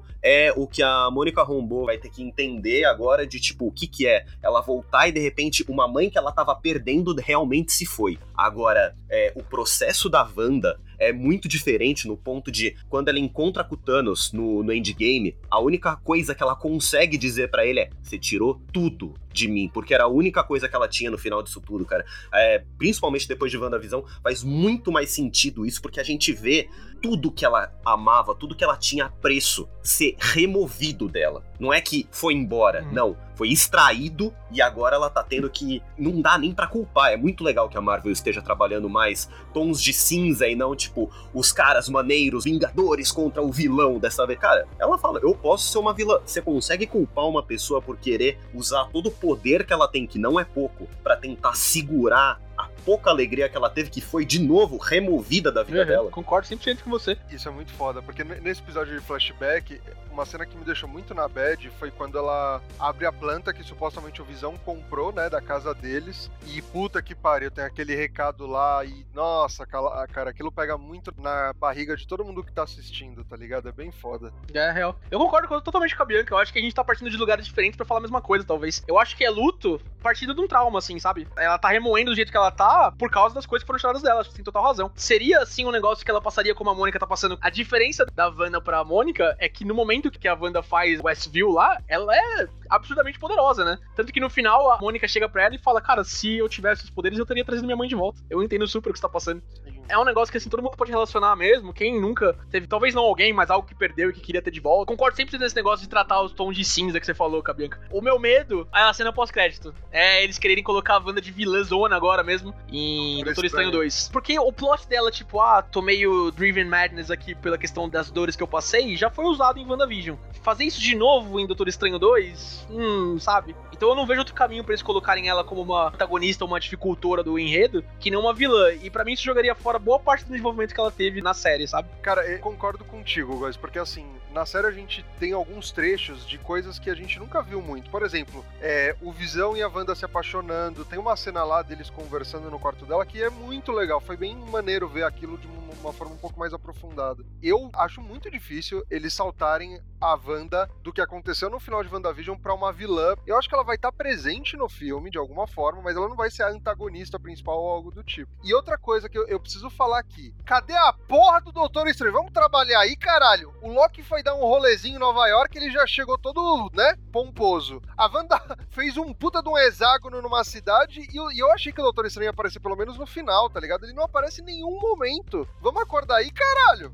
é o que a Mônica Rambeau vai ter que entender agora de tipo, o que é ela voltar e de repente uma mãe que ela tava perdendo realmente se foi. Agora, o processo da Wanda é muito diferente no ponto de quando ela encontra com o Thanos no Endgame, a única coisa que ela consegue dizer pra ele é: você tirou tudo de mim, porque era a única coisa que ela tinha no final disso tudo, cara. Principalmente depois de WandaVision, faz muito mais sentido isso, porque a gente vê tudo que ela amava, tudo que ela tinha apreço ser removido dela. Não é que foi embora, não. Foi extraído e agora ela tá tendo que... Não dá nem pra culpar. É muito legal que a Marvel esteja trabalhando mais tons de cinza e não, tipo, os caras maneiros, vingadores contra o vilão dessa vez. Cara, ela fala, eu posso ser uma vilã. Você consegue culpar uma pessoa por querer usar todo o poder que ela tem, que não é pouco, pra tentar segurar a pouca alegria que ela teve, que foi, de novo, removida da vida dela. Concordo 100% com você. Isso é muito foda, porque nesse episódio de flashback, uma cena que me deixou muito na bad foi quando ela abre a planta que supostamente o Visão comprou, né, da casa deles, e puta que pariu, tem aquele recado lá e, nossa, cara, aquilo pega muito na barriga de todo mundo que tá assistindo, tá ligado? É bem foda. É real. Eu concordo totalmente com a Bianca, eu acho que a gente tá partindo de lugares diferentes pra falar a mesma coisa, talvez. Eu acho que é luto partindo de um trauma, assim, sabe? Ela tá remoendo do jeito que ela tá por causa das coisas que foram tiradas dela, acho que tem total razão. Seria, assim, um negócio que ela passaria como a Mônica tá passando. A diferença da Wanda pra Mônica é que no momento que a Wanda faz Westview lá, ela é absurdamente poderosa, né? Tanto que no final a Mônica chega pra ela e fala, cara, se eu tivesse os poderes eu teria trazido minha mãe de volta. Eu entendo super o que você tá passando. É um negócio que, assim, todo mundo pode relacionar mesmo. Quem nunca teve, talvez não alguém, mas algo que perdeu e que queria ter de volta. Concordo sempre nesse negócio de tratar os tons de cinza que você falou, Bianca. O meu medo é a cena pós-crédito. É eles quererem colocar a Wanda de vilãzona agora mesmo em Doutor Estranho 2. Porque o plot dela, tipo, tô meio driven madness aqui pela questão das dores que eu passei, já foi usado em WandaVision. Fazer isso de novo em Doutor Estranho 2, sabe? Então eu não vejo outro caminho pra eles colocarem ela como uma antagonista, uma dificultora do enredo, que não uma vilã. E pra mim isso jogaria fora boa parte do desenvolvimento que ela teve na série, sabe? Cara, eu concordo contigo, guys, porque assim, na série a gente tem alguns trechos de coisas que a gente nunca viu muito. Por exemplo, o Visão e a Wanda se apaixonando, tem uma cena lá deles conversando no quarto dela que é muito legal, foi bem maneiro ver aquilo de uma forma um pouco mais aprofundada. Eu acho muito difícil eles saltarem a Wanda do que aconteceu no final de WandaVision pra uma vilã. Eu acho que ela vai estar presente no filme de alguma forma, mas ela não vai ser a antagonista principal ou algo do tipo. E outra coisa que eu preciso falar aqui, cadê a porra do Doutor Estranho? Vamos trabalhar aí, caralho! O Loki foi dar um rolezinho em Nova York, ele já chegou todo, né, pomposo. A Wanda fez um puta de um hexágono numa cidade e eu achei que o Doutor Estranho ia aparecer pelo menos no final, tá ligado? Ele não aparece em nenhum momento. Vamos acordar aí, caralho!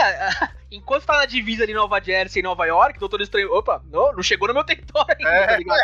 Enquanto tá na divisa ali em Nova Jersey e Nova York, o Doutor Estranho, opa, não chegou no meu território ainda, tá ligado?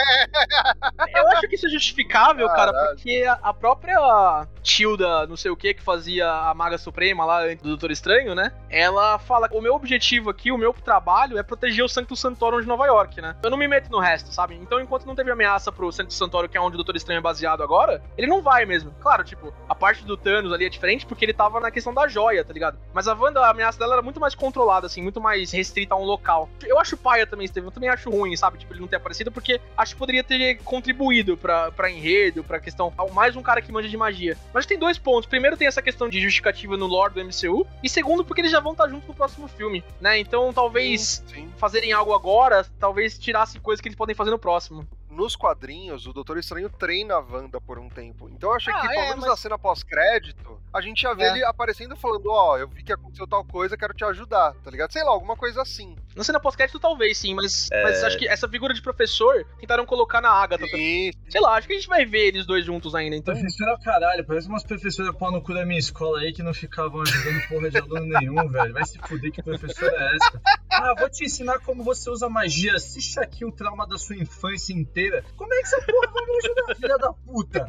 Eu acho que isso é justificável, cara, porque a própria Tilda, não sei o que fazia a Maga Suprema lá antes do Doutor Estranho, né? Ela fala, o meu objetivo aqui, o meu trabalho é proteger o Sanctum Sanctorum de Nova York, né? Eu não me meto no resto, sabe? Então, enquanto não teve ameaça pro Sanctum Sanctorum, que é onde o Doutor Estranho é baseado agora, ele não vai mesmo. Claro, tipo, a parte do Thanos ali é diferente porque ele tava na questão da joia, tá ligado? Mas a Wanda, a ameaça dela era muito mais controlada, assim, muito mais restrita a um local. Eu acho paia também, Steven, eu também acho ruim, sabe? Tipo, ele não ter aparecido, porque acho que poderia ter contribuído pra enredo, pra questão, mais um cara que manja de magia. Mas tem dois pontos. Primeiro, tem essa questão de justificativa no lore do MCU, e segundo, porque eles já vão estar juntos no próximo filme, né? Então, talvez fazerem algo agora, talvez tirasse coisas que eles podem fazer no próximo. nos quadrinhos, o Doutor Estranho treina a Wanda por um tempo. Então eu achei que, pelo menos na cena pós-crédito, a gente ia ver ele aparecendo e falando, eu vi que aconteceu tal coisa, quero te ajudar, tá ligado? Sei lá, alguma coisa assim. Na cena pós-crédito talvez, sim, mas acho que essa figura de professor tentaram colocar na Agatha também. Sei lá, acho que a gente vai ver eles dois juntos ainda, então. Professora caralho, parece umas professoras pau no cu da minha escola aí que não ficavam ajudando porra de aluno nenhum, velho. Vai se fuder, que professora é essa? Vou te ensinar como você usa magia. Assiste aqui o trauma da sua infância inteira. Como é que essa porra vai me ajudar, filha da puta?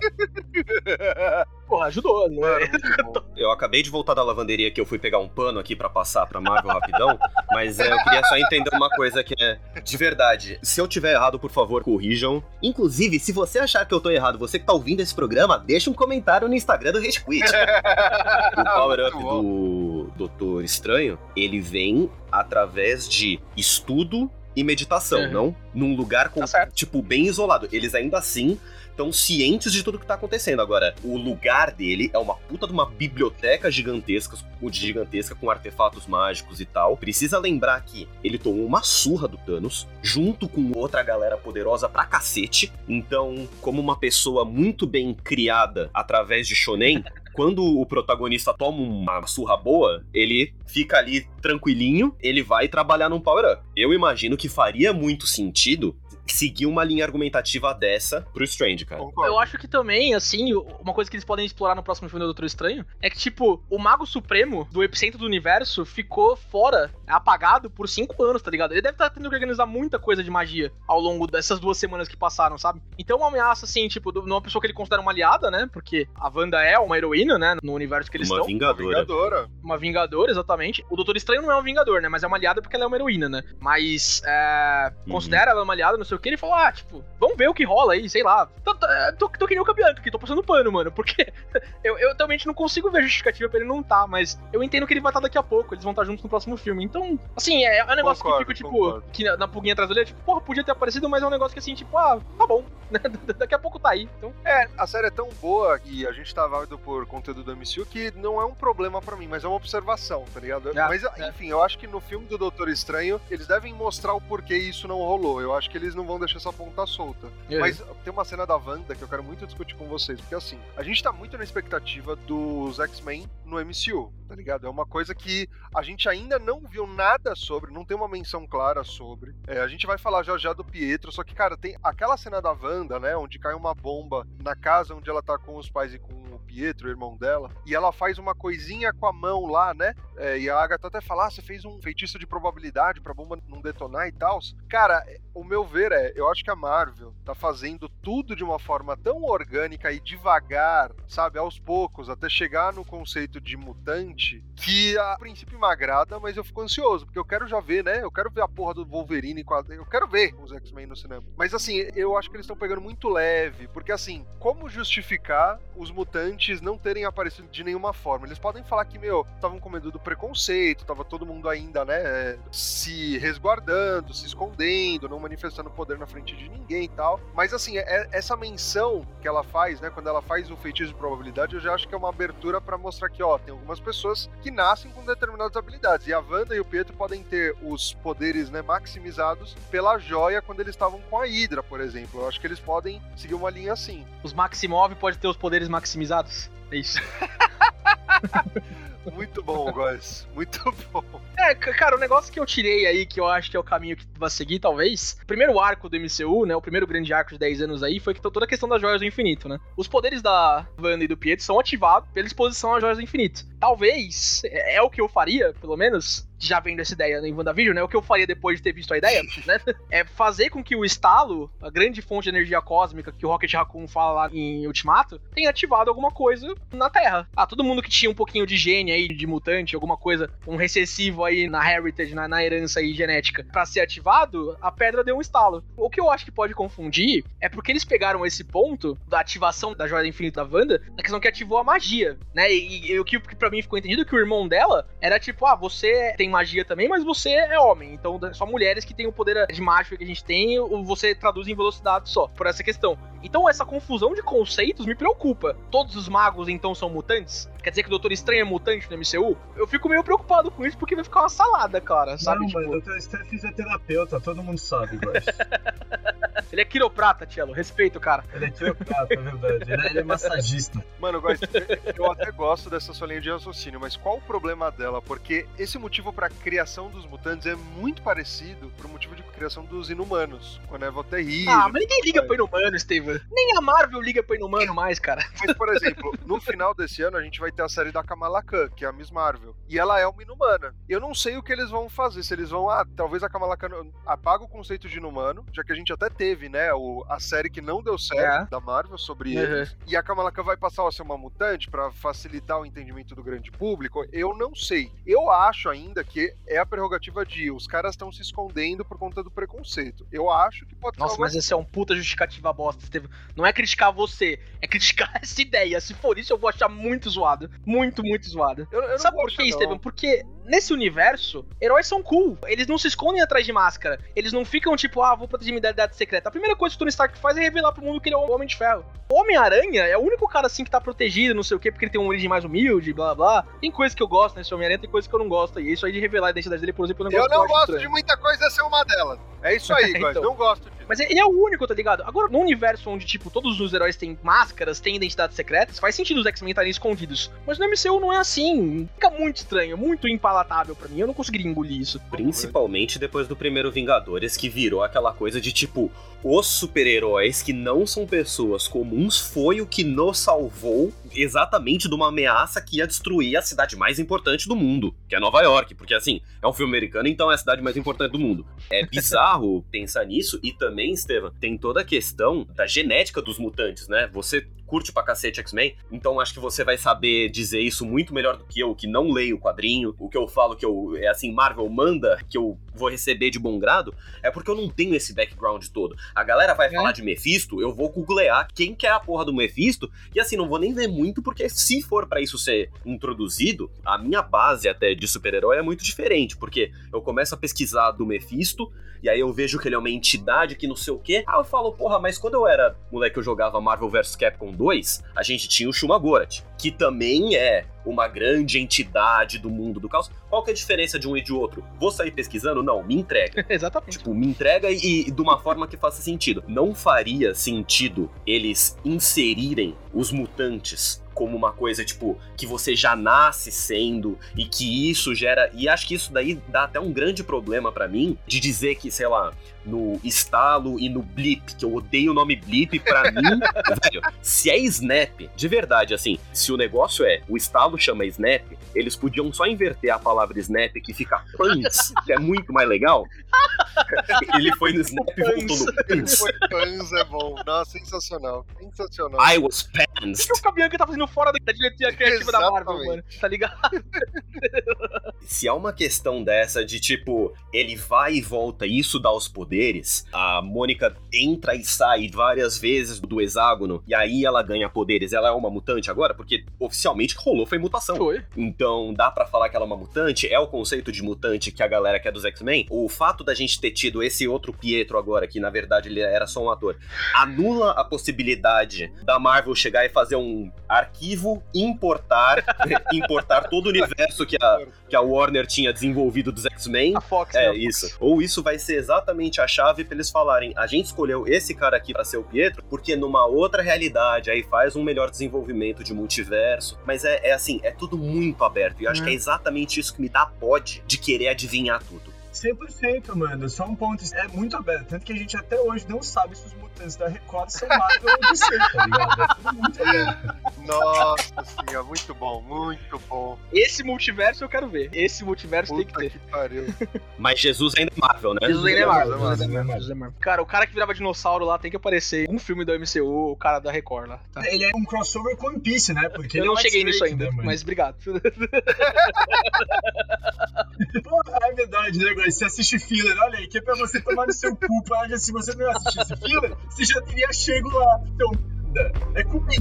Porra, ajudou, né? Eu acabei de voltar da lavanderia que eu fui pegar um pano aqui pra passar pra Marvel rapidão, mas eu queria só entender uma coisa que é de verdade. Se eu tiver errado, por favor, corrijam. Inclusive, se você achar que eu tô errado, você que tá ouvindo esse programa, deixa um comentário no Instagram do Rage Quit. O power-up do Doutor Estranho, ele vem através de estudo e meditação, não? Num lugar, tipo, bem isolado. Eles ainda assim estão cientes de tudo que tá acontecendo. Agora, o lugar dele é uma puta de uma biblioteca gigantesca com artefatos mágicos e tal. Precisa lembrar que ele tomou uma surra do Thanos, junto com outra galera poderosa pra cacete. Então, como uma pessoa muito bem criada através de shonen, quando o protagonista toma uma surra boa, ele fica ali tranquilinho, ele vai trabalhar num power-up. Eu imagino que faria muito sentido seguir uma linha argumentativa dessa pro Strange, cara. Eu acho que também, assim, uma coisa que eles podem explorar no próximo filme do Doutor Estranho é que, tipo, o Mago Supremo do epicentro do universo ficou fora, apagado por 5 anos, tá ligado? Ele deve estar tendo que organizar muita coisa de magia ao longo dessas 2 semanas que passaram, sabe? Então uma ameaça, assim, tipo, de uma pessoa que ele considera uma aliada, né? Porque a Wanda é uma heroína, né? No universo que eles estão. Uma vingadora, exatamente. O Doutor Estranho não é um vingador, né? Mas é uma aliada porque ela é uma heroína, né? Mas, considera ela uma aliada, não sei o que, ele falou, tipo, vamos ver o que rola aí, sei lá. Tô que nem o Cabianca aqui, tô passando pano, mano, porque eu realmente não consigo ver justificativa pra ele não tá, mas eu entendo que ele vai estar daqui a pouco, eles vão estar juntos no próximo filme. Então, assim, é um negócio que eu fico, tipo, que na pulguinha atrás do olho, tipo, porra, podia ter aparecido, mas é um negócio que, assim, tipo, tá bom, né? Daqui a pouco tá aí, então. A série é tão boa e a gente tá válido por conteúdo do MCU que não é um problema pra mim, mas é uma observação, tá ligado? Mas, enfim, eu acho que no filme do Doutor Estranho, eles devem mostrar o porquê isso não rolou. Eu acho que eles não vão deixar essa ponta solta. Mas tem uma cena da Wanda que eu quero muito discutir com vocês, porque assim, a gente tá muito na expectativa dos X-Men no MCU, tá ligado? É uma coisa que a gente ainda não viu nada sobre, não tem uma menção clara sobre. A gente vai falar já do Pietro, só que, cara, tem aquela cena da Wanda, né, onde cai uma bomba na casa onde ela tá com os pais e com o Pietro, o irmão dela, e ela faz uma coisinha com a mão lá, né, e a Agatha até fala, você fez um feitiço de probabilidade pra bomba não detonar e tal. Cara, o meu ver eu acho que a Marvel tá fazendo tudo de uma forma tão orgânica e devagar, sabe, aos poucos, até chegar no conceito de mutante, que a princípio me agrada, mas eu fico ansioso, porque eu quero já ver, né, eu quero ver a porra do Wolverine, eu quero ver os X-Men no cinema. Mas assim, eu acho que eles estão pegando muito leve, porque assim, como justificar os mutantes não terem aparecido de nenhuma forma? Eles podem falar que, estavam com medo do preconceito, tava todo mundo ainda, né, se resguardando, se escondendo, não manifestando poder na frente de ninguém e tal, mas assim, essa menção que ela faz, né, quando ela faz o feitiço de probabilidade, eu já acho que é uma abertura pra mostrar que, tem algumas pessoas que nascem com determinadas habilidades, e a Wanda e o Pietro podem ter os poderes, né, maximizados pela joia quando eles estavam com a Hydra, por exemplo. Eu acho que eles podem seguir uma linha assim. Os Maximov podem ter os poderes maximizados? É isso. Muito bom, guys. Muito bom. Cara, o negócio que eu tirei aí, que eu acho que é o caminho que vai seguir, talvez, o primeiro arco do MCU, né, o primeiro grande arco de 10 anos aí, foi que toda a questão das joias do infinito, né? Os poderes da Wanda e do Pietro são ativados pela exposição às joias do infinito. Talvez, é o que eu faria, pelo menos, já vendo essa ideia em WandaVision, né, o que eu faria depois de ter visto a ideia, né, é fazer com que o estalo, a grande fonte de energia cósmica que o Rocket Raccoon fala lá em Ultimato, tenha ativado alguma coisa na Terra. Todo mundo que tinha um pouquinho de gene aí, de mutante, alguma coisa, um recessivo aí na heritage, na herança aí genética, pra ser ativado, a pedra deu um estalo. O que eu acho que pode confundir é porque eles pegaram esse ponto da ativação da joia do infinito da Wanda, na questão que ativou a magia, né, e o que pra mim ficou entendido que o irmão dela era tipo, você tem magia também, mas você é homem, então só mulheres que têm o poder de mágica que a gente tem, você traduz em velocidade só, por essa questão. Então essa confusão de conceitos me preocupa. Todos os magos então são mutantes? Quer dizer que o Doutor Estranho é mutante no MCU? Eu fico meio preocupado com isso, porque vai ficar uma salada, cara, sabe? Não, mas o Doutor Estranho é fisioterapeuta, todo mundo sabe, eu acho. Ele é quiroprata, Tchelo. Respeita o cara. Ele é quiroprata, é verdade. Ele é massagista. Mano, eu até gosto dessa sua linha de raciocínio, mas qual o problema dela? Porque esse motivo pra criação dos mutantes é muito parecido pro motivo de criação dos inumanos, com a névoa terrível. Ah, mas ninguém liga pra inumano, Steven. Nem a Marvel liga pra inumano mais, cara. Mas, por exemplo, no final desse ano a gente vai ter a série da Kamala Khan, que é a Miss Marvel, e ela é uma inumana. Eu não sei o que eles vão fazer, se eles vão, talvez a Kamala Khan apaga o conceito de inumano, já que a gente até teve, né, a série que não deu certo da Marvel sobre eles, e a Kamala Khan vai passar a ser uma mutante pra facilitar o entendimento do grande público. Eu não sei. Eu acho ainda que é a prerrogativa de os caras estão se escondendo por conta do preconceito. Eu acho que pode ser. Nossa, mas esse é um puta justificativa bosta, Steven. Não é criticar você, é criticar essa ideia. Se for isso, eu vou achar muito zoado. Muito, muito zoado. Eu Sabe por quê, Steven? Porque nesse universo, heróis são cool. Eles não se escondem atrás de máscara. Eles não ficam tipo, vou proteger minha identidade secreta. A primeira coisa que o Tony Stark faz é revelar pro mundo que ele é o Homem de Ferro. O Homem-Aranha é o único cara assim que tá protegido, não sei o quê, porque ele tem uma origem mais humilde, blá blá blá. Tem coisas que eu gosto nesse Homem-Aranha, tem coisas que eu não gosto. E isso aí de revelar a identidade dele, por exemplo, eu não gosto de muita coisa, essa é uma delas. É isso aí, guys. Não gosto disso. Mas ele é o único, tá ligado? Agora, num universo onde, tipo, todos os heróis têm máscaras, têm identidades secretas, faz sentido os X-Men estarem escondidos. Mas no MCU não é assim. Fica muito estranho, muito impalatável pra mim. Eu não conseguiria engolir isso. Principalmente depois do primeiro Vingadores, que virou aquela coisa de, tipo, os super-heróis que não são pessoas comuns foi o que nos salvou exatamente de uma ameaça que ia destruir a cidade mais importante do mundo, que é Nova York. Porque, assim, é um filme americano, então é a cidade mais importante do mundo. É bizarro pensar nisso. E também, Estevam, tem toda a questão da genética dos mutantes, né? Você curte pra cacete X-Men, então acho que você vai saber dizer isso muito melhor do que eu, que não leio o quadrinho. O que eu falo que é assim, Marvel manda, que eu vou receber de bom grado, é porque eu não tenho esse background todo. A galera vai falar de Mephisto, eu vou googlear quem que é a porra do Mephisto, e assim, não vou nem ver muito, porque se for pra isso ser introduzido, a minha base até de super-herói é muito diferente, porque eu começo a pesquisar do Mephisto, e aí eu vejo que ele é uma entidade que não sei o quê. Aí eu falo, porra, mas quando eu era moleque eu jogava Marvel vs Capcom 2, a gente tinha o Shumagorath, que também é uma grande entidade do mundo do caos. Qual que é a diferença de um e de outro? Vou sair pesquisando? Não, me entrega. Exatamente. Tipo, me entrega e de uma forma que faça sentido. Não faria sentido eles inserirem os mutantes como uma coisa, tipo, que você já nasce sendo e que isso gera... E acho que isso daí dá até um grande problema pra mim de dizer que, sei lá, no estalo e no blip, que eu odeio o nome blip, pra mim, velho, se é snap, de verdade, assim, se o negócio o estalo chama snap, eles podiam só inverter a palavra snap, que fica pans, que é muito mais legal. Ele foi no snap e voltou no pans. Foi pans, é bom. Nossa, sensacional. Sensacional. I was pans. O que o Cabianca tá fazendo fora da diretoria criativa da Marvel, mano? Tá ligado? Se há uma questão dessa de, tipo, ele vai e volta e isso dá os poderes, a Mônica entra e sai várias vezes do hexágono, e aí ela ganha poderes. Ela é uma mutante agora? Porque oficialmente rolou foi mutação. Foi. Então dá pra falar que ela é uma mutante? É o conceito de mutante que a galera quer dos X-Men? O fato da gente ter tido esse outro Pietro agora, que na verdade ele era só um ator, anula a possibilidade da Marvel chegar e fazer um arquivo, importar todo o universo que a Warner tinha desenvolvido dos X-Men. A Fox, é né? isso. Ou isso vai ser exatamente a chave pra eles falarem, a gente escolheu esse cara aqui pra ser o Pietro, porque numa outra realidade aí faz um melhor desenvolvimento de multiverso. Mas é assim, é tudo muito aberto. E eu acho que é exatamente isso que me dá pod de querer adivinhar tudo. 100%, mano. Só um ponto, é muito aberto. Tanto que a gente até hoje não sabe se os mutantes da Record são Marvel ou DC, tá ligado? É tudo muito aberto. Nossa senhora, muito bom, muito bom. Esse multiverso eu quero ver. Esse multiverso Puta tem que ter. que pariu. Mas Jesus ainda é Marvel, né? Jesus ainda é Marvel. Jesus é Marvel. Cara, o cara que virava dinossauro lá tem que aparecer em um filme do MCU, o cara da Record lá. Tá? Ele é um crossover com One Piece, né? Porque Eu ele não é cheguei X-Men, nisso ainda, né, mano? mas obrigado. Porra, é verdade, né, guys? Você assiste filler, olha aí, que é pra você tomar no seu cu, para se você não assistisse filler, você já teria chego lá. Então, é comigo.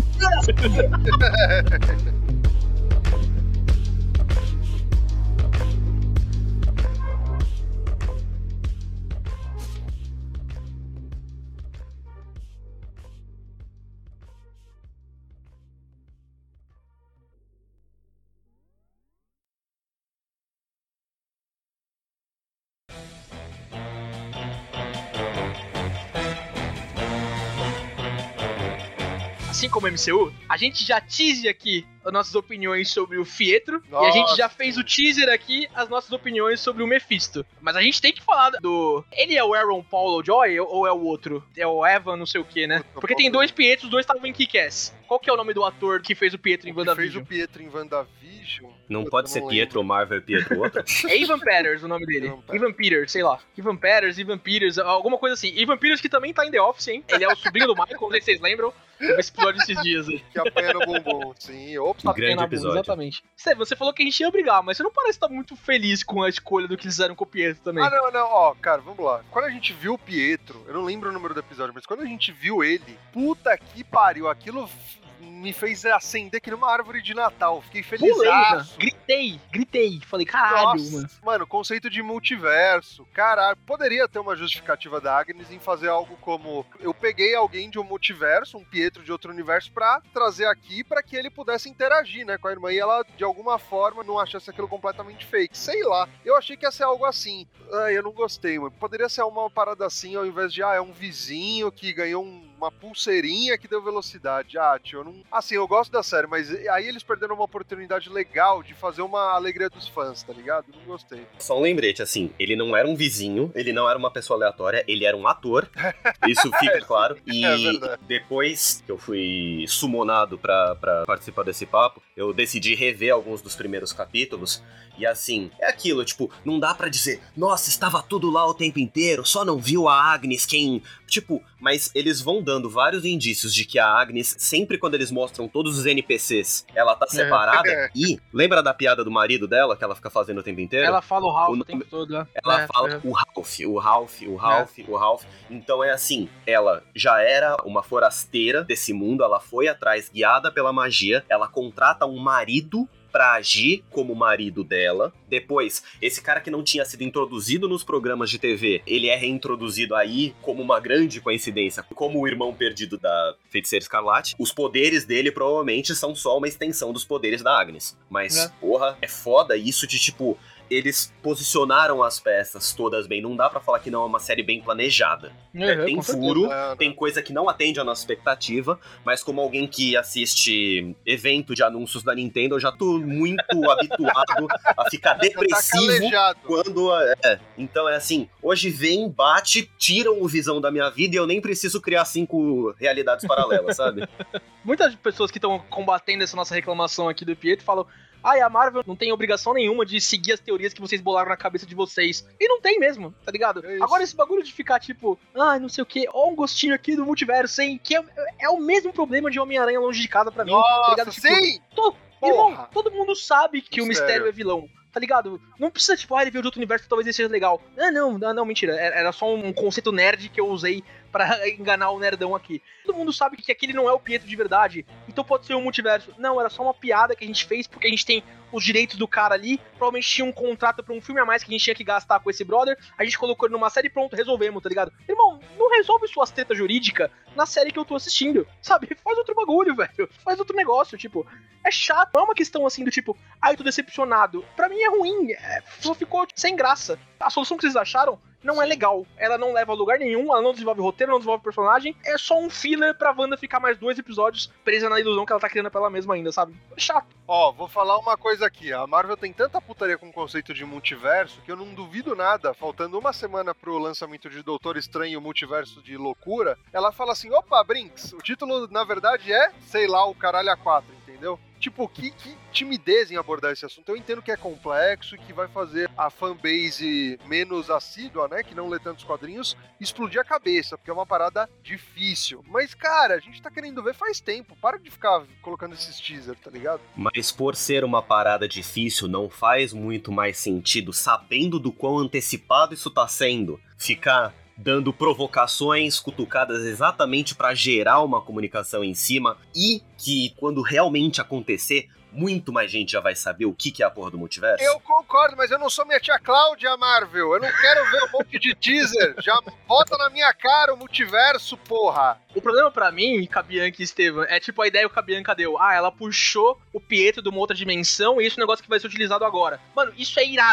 assim como o MCU, a gente já tease aqui as nossas opiniões sobre o Pietro, Nossa. e a gente já fez o teaser aqui, as nossas opiniões sobre o Mephisto. Mas a gente tem que falar do... Ele é o Aaron Paul Joy ou é o outro? É o Evan não sei o que, né? Porque tem dois Pietros, os dois estavam em Kick-Ass. Qual que é o nome do ator que fez o Pietro em WandaVision? Fez o Pietro em WandaVision? Não pode ser Pietro Marvel e Pietro outro? É Ivan Peters o nome dele. Ivan Peters, sei lá. Ivan Peters, alguma coisa assim. Ivan Peters que também tá em The Office, hein? Ele é o sobrinho do Michael, não sei se vocês lembram. Eu vi esse episódio esses dias aí. Que apanha no bumbum, sim. Ops, Um grande episódio. Exatamente. Você falou que a gente ia brigar, mas você não parece estar muito feliz com a escolha do que eles fizeram com o Pietro também. Ah, não, ó, cara, vamos lá. Quando a gente viu o Pietro, eu não lembro o número do episódio, mas quando a gente viu ele, puta que pariu, aquilo me fez acender aqui numa árvore de Natal. Fiquei felizaço. Gritei. Falei, caralho, mano, conceito de multiverso. Caralho, poderia ter uma justificativa da Agnes em fazer algo como: eu peguei alguém de um multiverso, um Pietro de outro universo, pra trazer aqui pra que ele pudesse interagir, né, com a irmã e ela, de alguma forma, não achasse aquilo completamente fake. Sei lá. Eu achei que ia ser algo assim. Ai, eu não gostei, mano. Poderia ser uma parada assim, ao invés de, é um vizinho que ganhou uma pulseirinha que deu velocidade. Ah, tio, eu não... Assim, eu gosto da série, mas aí eles perderam uma oportunidade legal de fazer uma alegria dos fãs, tá ligado? Eu não gostei. Só um lembrete, assim, ele não era um vizinho, ele não era uma pessoa aleatória, ele era um ator, isso fica claro. E depois que eu fui summonado pra participar desse papo, eu decidi rever alguns dos primeiros capítulos, e assim, é aquilo, tipo, não dá pra dizer, nossa, estava tudo lá o tempo inteiro, só não viu a Agnes, Tipo, mas eles vão dando vários indícios de que a Agnes, sempre quando eles mostram todos os NPCs, ela tá separada. E lembra da piada do marido dela, que ela fica fazendo o tempo inteiro? Ela fala o Ralph o tempo todo, né? Ela fala o Ralph. Então é assim, ela já era uma forasteira desse mundo, ela foi atrás, guiada pela magia, ela contrata um marido pra agir como marido dela. Depois, esse cara que não tinha sido introduzido nos programas de TV, ele é reintroduzido aí como uma grande coincidência, como o irmão perdido da Feiticeira Escarlate. Os poderes dele provavelmente são só uma extensão dos poderes da Agnes. Mas, porra, é foda isso de, tipo, eles posicionaram as peças todas bem. Não dá pra falar que não é uma série bem planejada. Tem furo, tem coisa que não atende a nossa expectativa, mas como alguém que assiste evento de anúncios da Nintendo, eu já tô muito habituado a ficar depressivo quando... Então é assim, hoje vem, bate, tiram o Visão da minha vida e eu nem preciso criar 5 realidades paralelas, sabe? Muitas pessoas que estão combatendo essa nossa reclamação aqui do Pietro falam: a Marvel não tem obrigação nenhuma de seguir as teorias que vocês bolaram na cabeça de vocês. E não tem mesmo, tá ligado? Agora esse bagulho de ficar tipo, não sei o que, ó um gostinho aqui do multiverso, hein? Que é o mesmo problema de Homem-Aranha longe de casa pra mim. Nossa, tá ligado? Tipo, sim! Irmão, todo mundo sabe que o Mistério é vilão. Tá ligado? Não precisa, tipo, ele veio de outro universo, talvez ele seja legal. Não, mentira. Era só um conceito nerd que eu usei pra enganar o nerdão aqui. Todo mundo sabe que aquele não é o Pietro de verdade, então pode ser um multiverso. Não, era só uma piada que a gente fez porque a gente tem os direitos do cara ali, provavelmente tinha um contrato pra um filme a mais que a gente tinha que gastar com esse brother, a gente colocou ele numa série e pronto, resolvemos, tá ligado? Irmão, não resolve suas tretas jurídicas na série que eu tô assistindo, sabe? Faz outro bagulho, velho. Faz outro negócio, tipo, é chato. Não é uma questão assim do tipo, eu tô decepcionado. Pra mim é ruim, só ficou sem graça. A solução que vocês acharam não é legal. Ela não leva a lugar nenhum, ela não desenvolve roteiro, não desenvolve personagem. É só um filler pra Wanda ficar mais 2 episódios presa na ilusão que ela tá criando pra ela mesma ainda, sabe? É chato. Vou falar uma coisa aqui. A Marvel tem tanta putaria com o conceito de multiverso que eu não duvido nada. Faltando uma semana pro lançamento de Doutor Estranho, Multiverso de Loucura, ela fala assim, opa, Brinks, o título, na verdade, é, sei lá, o caralho A4, entendeu? Tipo, que timidez em abordar esse assunto. Eu entendo que é complexo e que vai fazer a fanbase menos assídua, né, que não lê tantos quadrinhos, explodir a cabeça, porque é uma parada difícil. Mas, cara, a gente tá querendo ver faz tempo. Para de ficar colocando esses teasers, tá ligado? Mas por ser uma parada difícil, não faz muito mais sentido, sabendo do quão antecipado isso tá sendo, ficar dando provocações, cutucadas exatamente pra gerar uma comunicação em cima e que quando realmente acontecer, muito mais gente já vai saber o que é a porra do multiverso. Eu concordo, mas eu não sou minha tia Cláudia, Marvel. Eu não quero ver um monte de teaser. Já bota na minha cara o multiverso, porra. O problema pra mim, Cabianca e Estevam, é tipo a ideia que o Cabianca deu. Ela puxou o Pietro de uma outra dimensão e esse é um negócio que vai ser utilizado agora. Mano, isso é irado. Por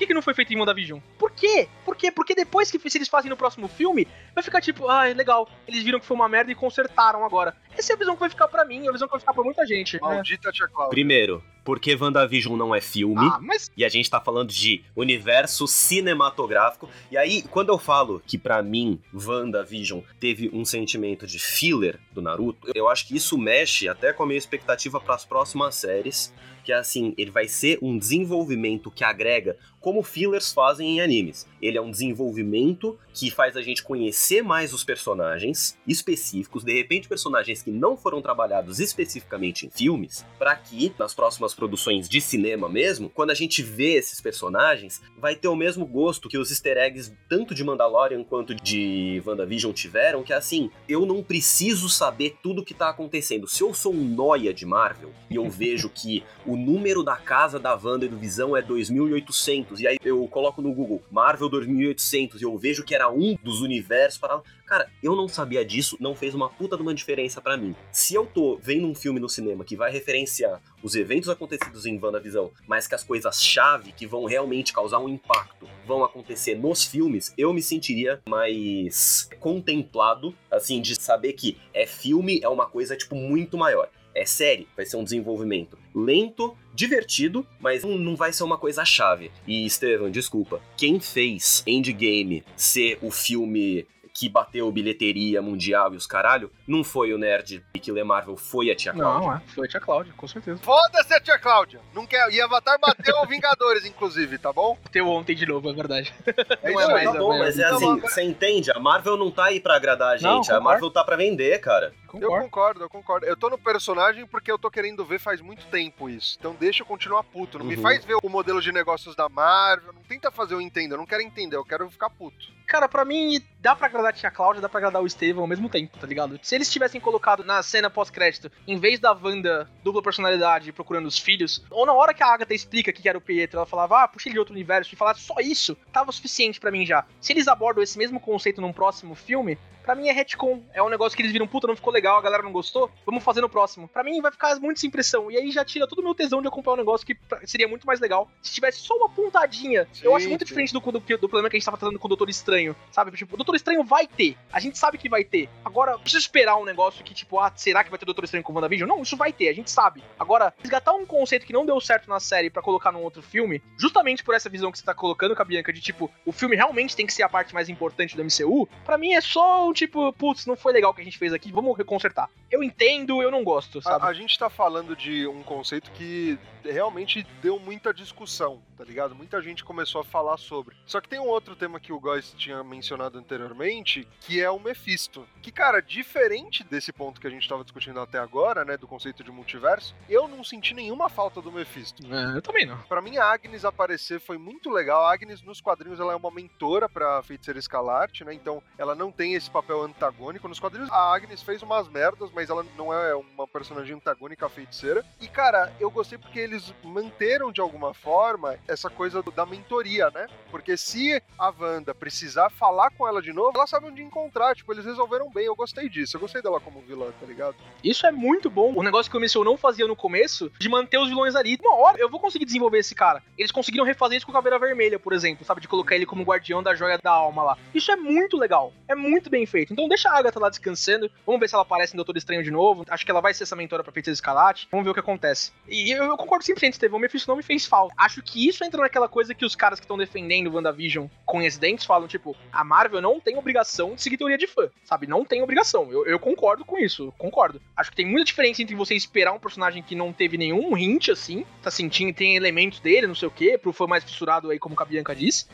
que não foi feito em WandaVision? Por quê? Porque depois que se eles fazem no próximo filme, vai ficar tipo, legal, eles viram que foi uma merda e consertaram agora. Essa é a visão que vai ficar pra mim, é a visão que vai ficar pra muita gente. Maldita Tia Cláudia. Primeiro, porque WandaVision não é filme, e a gente tá falando de universo cinematográfico. E aí, quando eu falo que pra mim, WandaVision teve um sentimento de filler do Naruto, eu acho que isso mexe até com a minha expectativa pras próximas séries, que é assim, ele vai ser um desenvolvimento que agrega como fillers fazem em animes. Ele é um desenvolvimento que faz a gente conhecer mais os personagens específicos, de repente personagens que não foram trabalhados especificamente em filmes, para que nas próximas produções de cinema mesmo, quando a gente vê esses personagens, vai ter o mesmo gosto que os easter eggs tanto de Mandalorian quanto de WandaVision tiveram, que é assim, eu não preciso saber tudo o que tá acontecendo. Se eu sou um nóia de Marvel e eu vejo que o número da casa da Wanda e do Visão é 2800, e aí eu coloco no Google Marvel 2800 e eu vejo que era um dos universos para... Cara, eu não sabia disso, não fez uma puta de uma diferença pra mim. Se eu tô vendo um filme no cinema que vai referenciar os eventos acontecidos em WandaVision, mas que as coisas-chave que vão realmente causar um impacto vão acontecer nos filmes, eu me sentiria mais contemplado, assim, de saber que filme é uma coisa, tipo, muito maior. É série, vai ser um desenvolvimento lento, divertido, mas não vai ser uma coisa chave. E, Estevam, desculpa, quem fez Endgame ser o filme que bateu bilheteria mundial e os caralho, não foi o nerd que lê Marvel, foi a Tia Cláudia. Não, foi a Tia Cláudia, com certeza. Foda-se a Tia Cláudia! Não quer... E Avatar bateu o Vingadores, inclusive, tá bom? Bateu ontem de novo, é verdade. Não Não, tá bom, mas é assim, você entende? A Marvel não tá aí pra agradar a gente, Não, a Marvel tá pra vender, cara. Eu concordo. Eu tô no personagem porque eu tô querendo ver faz muito tempo isso. Então deixa eu continuar puto. Não me faz ver o modelo de negócios da Marvel. Não tenta fazer eu entender. Eu não quero entender, eu quero ficar puto. Cara, pra mim, dá pra agradar a Tia Cláudia, dá pra agradar o Estevam ao mesmo tempo, tá ligado? Se eles tivessem colocado na cena pós-crédito, em vez da Wanda dupla personalidade procurando os filhos, ou na hora que a Agatha explica que era o Pietro, ela falava, puxa ele de outro universo, e falar só isso, tava o suficiente pra mim já. Se eles abordam esse mesmo conceito num próximo filme, pra mim é retcon. É um negócio que eles viram, puta, não ficou legal, a galera não gostou, vamos fazer no próximo. Pra mim vai ficar muito sem impressão. E aí já tira todo o meu tesão de acompanhar um negócio que seria muito mais legal se tivesse só uma pontadinha. Sim, eu acho muito diferente do problema que a gente tava tratando com o Doutor Estranho, sabe? Tipo, o Doutor Estranho vai ter. A gente sabe que vai ter. Agora, preciso esperar um negócio que, tipo, será que vai ter Doutor Estranho com o WandaVision? Não, isso vai ter, a gente sabe. Agora, resgatar um conceito que não deu certo na série pra colocar num outro filme, justamente por essa visão que você tá colocando, Cabianca, de, tipo, o filme realmente tem que ser a parte mais importante do MCU, pra mim é só um, tipo, putz, não foi legal o que a gente fez aqui, vamos reconsertar. Eu entendo, eu não gosto, sabe? A gente tá falando de um conceito que realmente deu muita discussão, tá ligado? Muita gente começou a falar sobre. Só que tem um outro tema que o Góis tinha mencionado anteriormente, que é o Mephisto. Que, cara, diferente desse ponto que a gente tava discutindo até agora, né, do conceito de multiverso, eu não senti nenhuma falta do Mephisto. Eu também não. Pra mim, a Agnes aparecer foi muito legal. A Agnes, nos quadrinhos, ela é uma mentora pra Feiticeira Escarlate, né? Então, ela não tem esse papel antagônico. Nos quadrinhos, a Agnes fez umas merdas, mas ela não é uma personagem antagônica à feiticeira. E, cara, eu gostei porque eles manteram, de alguma forma, essa coisa da mentoria, né? Porque se a Wanda precisar falar com ela de novo, ela sabe onde encontrar. Tipo, eles resolveram bem. Eu gostei disso. Eu gostei dela como vilã, tá ligado? Isso é muito bom. O negócio que o MCU não fazia no começo, de manter os vilões ali. Uma hora eu vou conseguir desenvolver esse cara. Eles conseguiram refazer isso com o Caveira Vermelha, por exemplo, sabe? De colocar ele como guardião da joia da alma lá. Isso é muito legal. É muito bem feito. Então deixa a Agatha lá descansando. Vamos ver se ela aparece em Doutor Estranho de novo. Acho que ela vai ser essa mentora pra Feiticeira Escarlate. Vamos ver o que acontece. E eu concordo 100%, Estevão. O Mephisto não me fez falta. Acho que isso entra naquela coisa que os caras que estão defendendo o WandaVision com os dentes falam, tipo, a Marvel não tem obrigação de seguir teoria de fã, sabe? Não tem obrigação. Eu concordo com isso. Concordo. Acho que tem muita diferença entre você esperar um personagem que não teve nenhum hint, assim, tá sentindo, tem elementos dele, não sei o quê, pro fã mais fissurado aí, como a Bianca disse,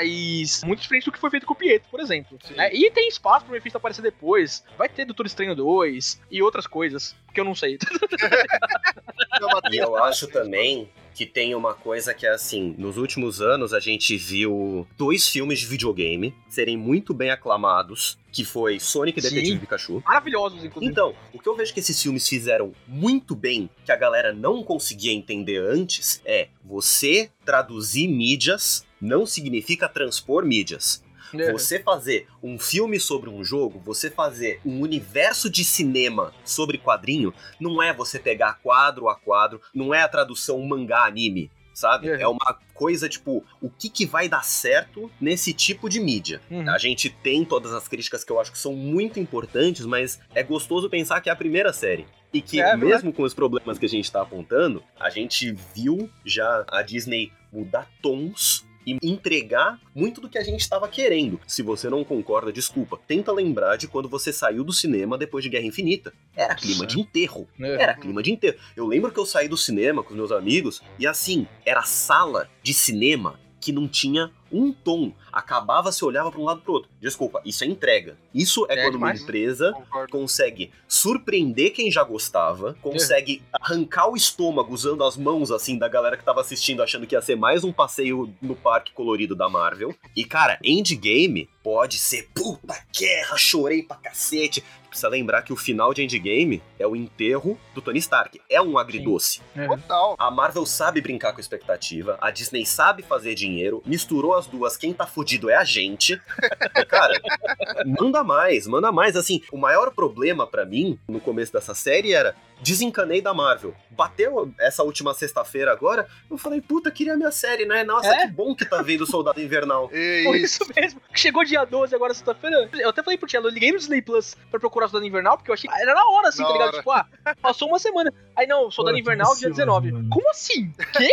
mas muito diferente do que foi feito com o Pietro, por exemplo. Né? E tem espaço pro Mephisto aparecer depois. Vai ter Doutor Estranho 2 e outras coisas, que eu não sei. E eu acho também que tem uma coisa que é assim, nos últimos anos a gente viu 2 filmes de videogame serem muito bem aclamados, que foi Sonic e Detetive Pikachu. Maravilhosos, inclusive. Então, o que eu vejo que esses filmes fizeram muito bem, que a galera não conseguia entender antes, é você traduzir mídias não significa transpor mídias. Você fazer um filme sobre um jogo, você fazer um universo de cinema sobre quadrinho, não é você pegar quadro a quadro, não é a tradução mangá-anime. sabe? É uma coisa, tipo, o que vai dar certo nesse tipo de mídia. A gente tem todas as críticas que eu acho que são muito importantes, mas é gostoso pensar que é a primeira série. E que, mesmo com os problemas que a gente tá apontando, a gente viu já a Disney mudar tons e entregar muito do que a gente estava querendo. Se você não concorda, desculpa. Tenta lembrar de quando você saiu do cinema depois de Guerra Infinita. Era clima de enterro. Era clima de enterro. Eu lembro que eu saí do cinema com os meus amigos e assim, era sala de cinema que não tinha um tom. Acabava, você olhava para um lado pro outro. Desculpa, isso é entrega. Isso é quando uma empresa consegue surpreender quem já gostava, consegue arrancar o estômago usando as mãos, assim, da galera que tava assistindo, achando que ia ser mais um passeio no parque colorido da Marvel. E, cara, Endgame pode ser puta guerra, chorei pra cacete. Precisa lembrar que o final de Endgame é o enterro do Tony Stark. É um agridoce. Total. A Marvel sabe brincar com expectativa, a Disney sabe fazer dinheiro, misturou as duas, quem tá fudido é a gente. E, cara, manda mais. Assim, o maior problema pra mim, no começo dessa série, era desencanei da Marvel. Bateu essa última sexta-feira agora, eu falei, puta, queria minha série, né? Nossa, que bom que tá vendo o Soldado Invernal. Foi isso mesmo. Chegou dia 12 agora, sexta-feira. Eu até falei pro Tiago, eu liguei no Disney Plus pra procurar o Soldado Invernal, porque eu achei que era na hora, assim, tá ligado? Tipo, passou uma semana. Aí não, Soldado Invernal, dia 19. Mano. Como assim? Quê?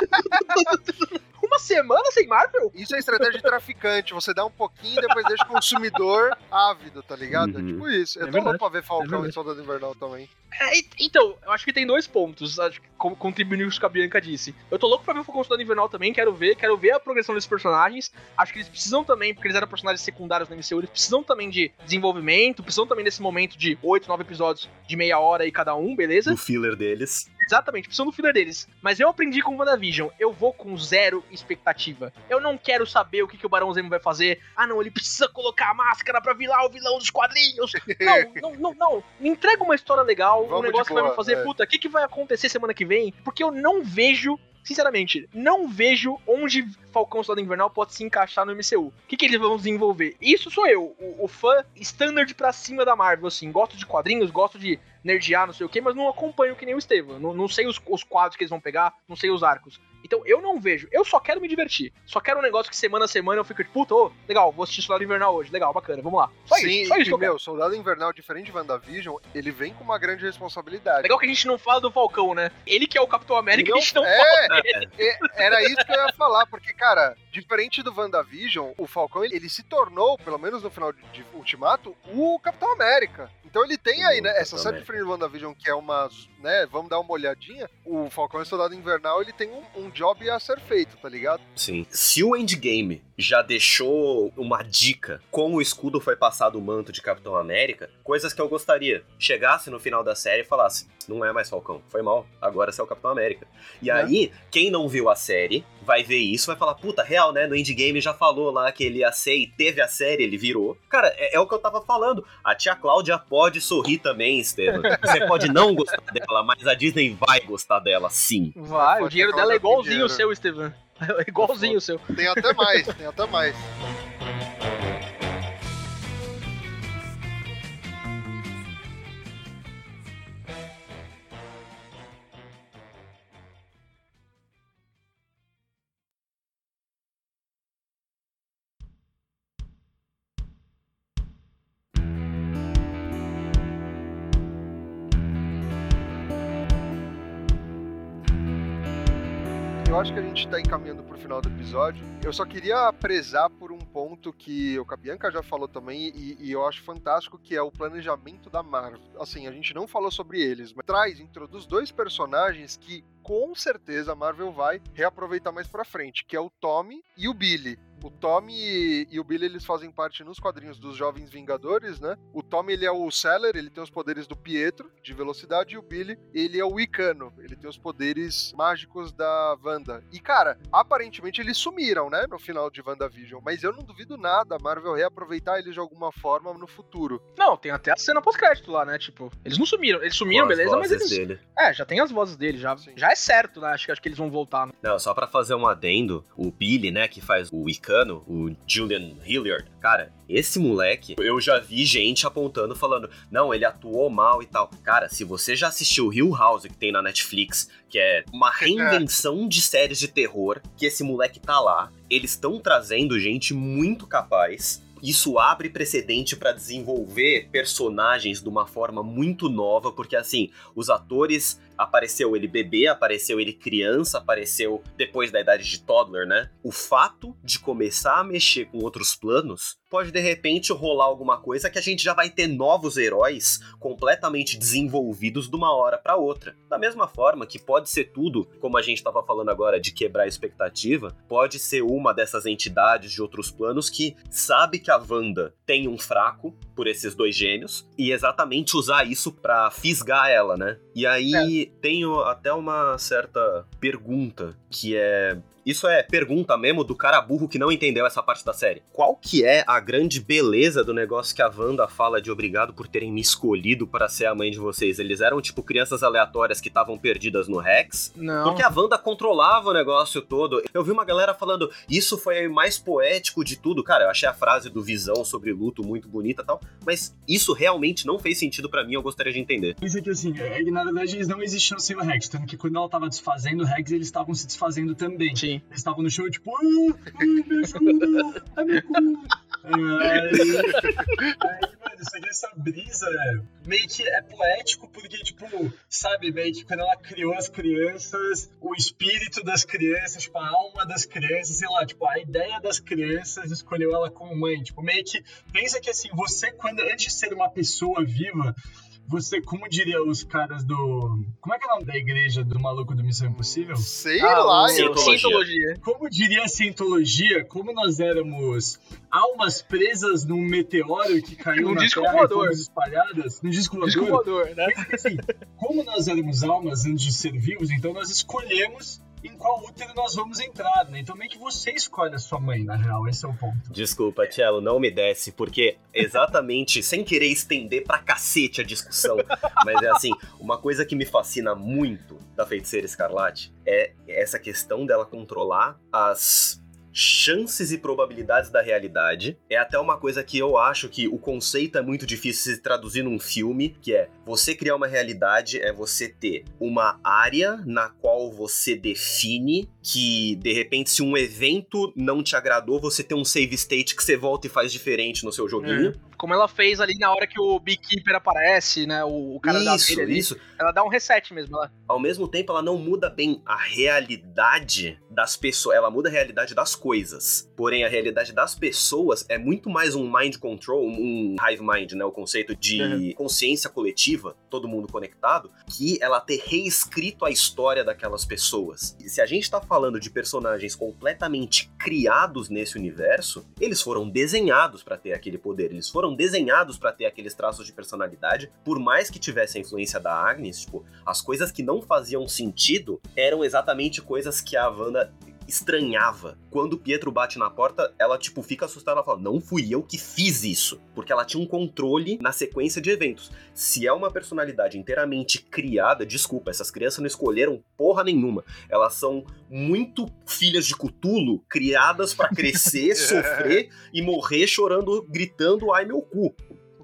Uma semana sem Marvel? Isso é estratégia de traficante. Você dá um pouquinho e depois deixa o consumidor ávido, tá ligado? É tipo isso. Eu tô louco pra ver Falcão e Soldado Invernal também. Então, eu acho que tem 2 pontos, contribuindo com o que a Bianca disse. Eu tô louco pra ver o Falcão e Soldado Invernal também, quero ver a progressão desses personagens. Acho que eles precisam também, porque eles eram personagens secundários na MCU, eles precisam também de desenvolvimento, precisam também desse momento de 8, 9 episódios de meia hora aí cada um, beleza? Do filler deles. Exatamente, precisam do filler deles. Mas eu aprendi com o WandaVision, eu vou com 0 expectativa. Eu não quero saber o que o Barão Zemo vai fazer. Ah, não, ele precisa colocar a máscara pra virar o vilão dos quadrinhos. Não. Me entrega uma história legal, um negócio que vai me fazer, puta, o que vai acontecer semana que vem? Porque eu não vejo, sinceramente, onde Falcão Soldado Invernal pode se encaixar no MCU. O que eles vão desenvolver? Isso sou eu, o fã standard pra cima da Marvel, assim. Gosto de quadrinhos, gosto de nerdear, não sei o que, mas não acompanho que nem o Estevam. Não sei os quadros que eles vão pegar, não sei os arcos. Então eu não vejo, eu só quero me divertir. Só quero um negócio que semana a semana eu fico tipo, puta, legal, vou assistir Soldado Invernal hoje, legal, bacana, vamos lá. Só isso que eu quero. Soldado Invernal, diferente de WandaVision, ele vem com uma grande responsabilidade. Legal que a gente não fala do Falcão, né? Ele que é o Capitão América, a gente não fala dele. Era isso que eu ia falar, porque, cara, diferente do WandaVision, o Falcão, ele se tornou, pelo menos no final de Ultimato, o Capitão América. Então ele tem aí, né, essa série diferente do WandaVision, que é uma, né, vamos dar uma olhadinha, o Falcão e Soldado Invernal, ele tem um job a ser feito, tá ligado? Sim. Se o Endgame já deixou uma dica como o escudo foi passado o manto de Capitão América, coisas que eu gostaria, chegasse no final da série e falasse, não é mais Falcão, foi mal, agora você é o Capitão América. E aí, quem não viu a série, vai ver isso, vai falar, puta, real, né, no Endgame já falou lá que ele ia ser e teve a série, ele virou. Cara, é o que eu tava falando, a tia Cláudia pode sorrir também, Estevam. Você pode não gostar dela, mas a Disney vai gostar dela, sim. Vai, o dinheiro dela é igualzinho o seu, Estevam. É igualzinho o seu. Tem até mais. Eu acho que a gente tá encaminhando pro final do episódio. Eu só queria prezar por um ponto que o Bianca já falou também e eu acho fantástico, que é o planejamento da Marvel. Assim, a gente não falou sobre eles, mas introduz 2 personagens que com certeza a Marvel vai reaproveitar mais pra frente, que é o Tommy e o Billy. O Tommy e o Billy, eles fazem parte nos quadrinhos dos Jovens Vingadores, né? O Tommy, ele é o Seller, ele tem os poderes do Pietro, de velocidade, e o Billy, ele é o Icano, ele tem os poderes mágicos da Wanda. E, cara, aparentemente eles sumiram, né? No final de WandaVision, mas eu não duvido nada a Marvel reaproveitar eles de alguma forma no futuro. Não, tem até a cena pós-crédito lá, né? Tipo, eles não sumiram, eles sumiram, beleza, mas eles... Dele. Já tem as vozes dele, já é certo, né? Acho que eles vão voltar. Né? Não, só pra fazer um adendo, o Billy, né, que faz o Icano, americano, o Julian Hilliard, cara, esse moleque, eu já vi gente apontando, falando, não, ele atuou mal e tal. Cara, se você já assistiu Hill House, que tem na Netflix, que é uma reinvenção de séries de terror, que esse moleque tá lá, eles estão trazendo gente muito capaz. Isso abre precedente pra desenvolver personagens de uma forma muito nova, porque assim, os atores, apareceu ele bebê, apareceu ele criança, apareceu depois da idade de toddler, né? O fato de começar a mexer com outros planos pode de repente rolar alguma coisa que a gente já vai ter novos heróis completamente desenvolvidos de uma hora pra outra. Da mesma forma que pode ser tudo, como a gente tava falando agora de quebrar a expectativa, pode ser uma dessas entidades de outros planos que sabe que a Wanda tem um fraco por esses dois gênios e exatamente usar isso pra fisgar ela, né? E aí tenho até uma certa pergunta que é... Isso é pergunta mesmo do cara burro que não entendeu essa parte da série. Qual que é a grande beleza do negócio que a Wanda fala de obrigado por terem me escolhido para ser a mãe de vocês? Eles eram tipo crianças aleatórias que estavam perdidas no Rex? Não. Porque a Wanda controlava o negócio todo. Eu vi uma galera falando, isso foi o mais poético de tudo. Cara, eu achei a frase do Visão sobre luto muito bonita e tal, mas isso realmente não fez sentido pra mim, eu gostaria de entender. Isso aqui, assim, na verdade eles não existiam sem o Rex, tanto que quando ela tava desfazendo o Rex, eles estavam se desfazendo também. Sim. Eles estavam no show, tipo, me ajuda, meu cu. Aí, mano, isso aqui, essa brisa, meio que é poético, porque, tipo, sabe, meio que quando ela criou as crianças, o espírito das crianças, tipo, a alma das crianças, sei lá, tipo, a ideia das crianças escolheu ela como mãe, tipo, meio que, pensa que, assim, você, antes de ser uma pessoa viva, você, como diria os caras do... Como é que é o nome da igreja do maluco do Missão Impossível? Sei lá, Cientologia. Como diria a Cientologia, como nós éramos almas presas num meteoro que caiu Num na disco Terra voador. e fomos espalhadas, num disco voador, né? assim, como nós éramos almas antes de ser vivos, então nós escolhemos em qual útero nós vamos entrar, né? Então meio que você escolhe a sua mãe, na real, esse é o ponto. Desculpa, Tchelo, não me desce, porque exatamente, sem querer estender pra cacete a discussão, mas é assim, uma coisa que me fascina muito da Feiticeira Escarlate é essa questão dela controlar as chances e probabilidades da realidade. É até uma coisa que eu acho que o conceito é muito difícil de se traduzir num filme, que é você criar uma realidade, é você ter uma área na qual você define que, de repente, se um evento não te agradou, você tem um save state que você volta e faz diferente no seu joguinho. Como ela fez ali na hora que o Beekeeper aparece, né, o cara da abelha ali. Isso. Ela dá um reset mesmo. Ao mesmo tempo, ela não muda bem a realidade das pessoas, ela muda a realidade das coisas. Porém, a realidade das pessoas é muito mais um mind control, um hive mind, né, o conceito de consciência coletiva, todo mundo conectado, que ela ter reescrito a história daquelas pessoas. E se a gente tá falando de personagens completamente criados nesse universo, eles foram desenhados pra ter aquele poder, eles foram desenhados pra ter aqueles traços de personalidade, por mais que tivesse a influência da Agnes, tipo, as coisas que não faziam sentido eram exatamente coisas que a Wanda estranhava. Quando o Pietro bate na porta, ela, tipo, fica assustada, ela fala, não fui eu que fiz isso, porque ela tinha um controle na sequência de eventos. Se é uma personalidade inteiramente criada, desculpa, essas crianças não escolheram porra nenhuma. Elas são muito filhas de Cthulhu, criadas pra crescer, sofrer e morrer chorando, gritando, ai meu cu.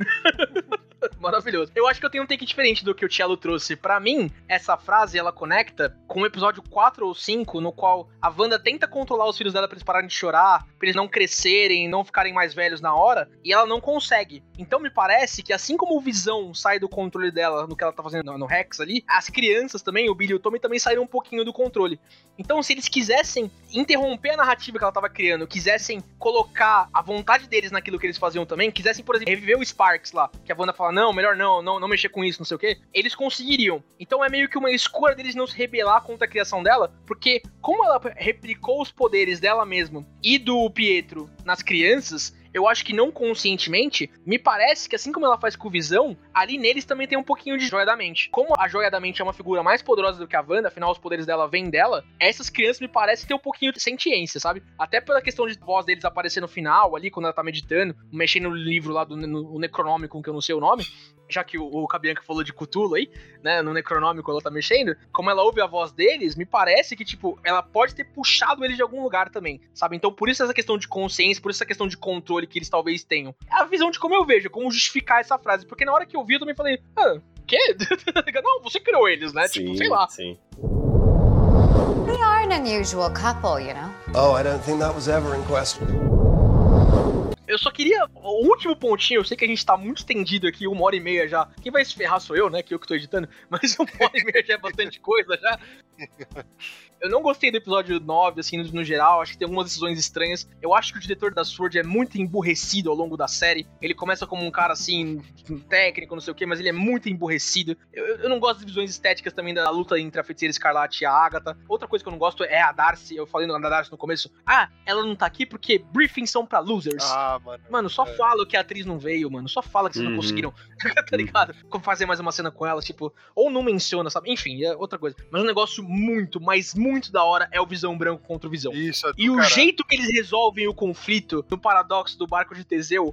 Maravilhoso. Eu acho que eu tenho um take diferente do que o Tchelo trouxe. Pra mim, essa frase, ela conecta com o episódio 4 ou 5, no qual a Wanda tenta controlar os filhos dela pra eles pararem de chorar, pra eles não crescerem, não ficarem mais velhos na hora, e ela não consegue. Então me parece que assim como o Visão sai do controle dela no que ela tá fazendo no Rex ali, as crianças também, o Billy e o Tommy, também saíram um pouquinho do controle. Então se eles quisessem interromper a narrativa que ela tava criando, quisessem colocar a vontade deles naquilo que eles faziam também, quisessem, por exemplo, reviver o Sparks lá, que a Wanda fala, não, melhor não mexer com isso, não sei o quê, eles conseguiriam. Então é meio que uma escolha deles não se rebelar contra a criação dela, porque como ela replicou os poderes dela mesma e do Pietro nas crianças, eu acho que não conscientemente, me parece que assim como ela faz com o Visão, ali neles também tem um pouquinho de Joia da Mente. Como a Joia da Mente é uma figura mais poderosa do que a Wanda, afinal os poderes dela vêm dela, essas crianças me parecem ter um pouquinho de sentiência, sabe? Até pela questão de voz deles aparecer no final, ali, quando ela tá meditando, mexendo no livro lá do no Necronômico, que eu não sei o nome, já que o Cabianca falou de Cthulhu aí, né, no Necronômico ela tá mexendo, como ela ouve a voz deles, me parece que, tipo, ela pode ter puxado eles de algum lugar também, sabe? Então, por isso essa questão de consciência, por isso essa questão de controle que eles talvez tenham. É a visão de como eu vejo, como justificar essa frase, porque na hora que eu vi, eu também falei, quê? Não, você criou eles, né? Sim, tipo, sei lá. Sim. They are an unusual couple, you know? Oh, I don't think that was ever in question. Eu só queria, o último pontinho, eu sei que a gente tá muito estendido aqui, 1h30 já. Quem vai se ferrar sou eu, né, que eu que tô editando, mas 1h30 já é bastante coisa já. Eu não gostei do episódio 9, assim, no geral, acho que tem algumas decisões estranhas. Eu acho que o diretor da SWORD é muito emburrecido ao longo da série. Ele começa como um cara, assim, técnico, não sei o quê, mas ele é muito emburrecido. Eu não gosto das visões estéticas também da luta entre a Feiticeira Escarlate e a Agatha. Outra coisa que eu não gosto é a Darcy, eu falei da Darcy no começo. Ela não tá aqui porque briefings são pra losers. Mano, só fala que a atriz não veio, mano. Só fala que vocês não conseguiram, tá ligado? Fazer mais uma cena com ela, tipo, ou não menciona, sabe? Enfim, é outra coisa. Mas um negócio muito, mas muito da hora é o Visão Branco contra o Visão. Isso, é do E o caralho. jeito que eles resolvem o conflito no paradoxo do barco de Teseu,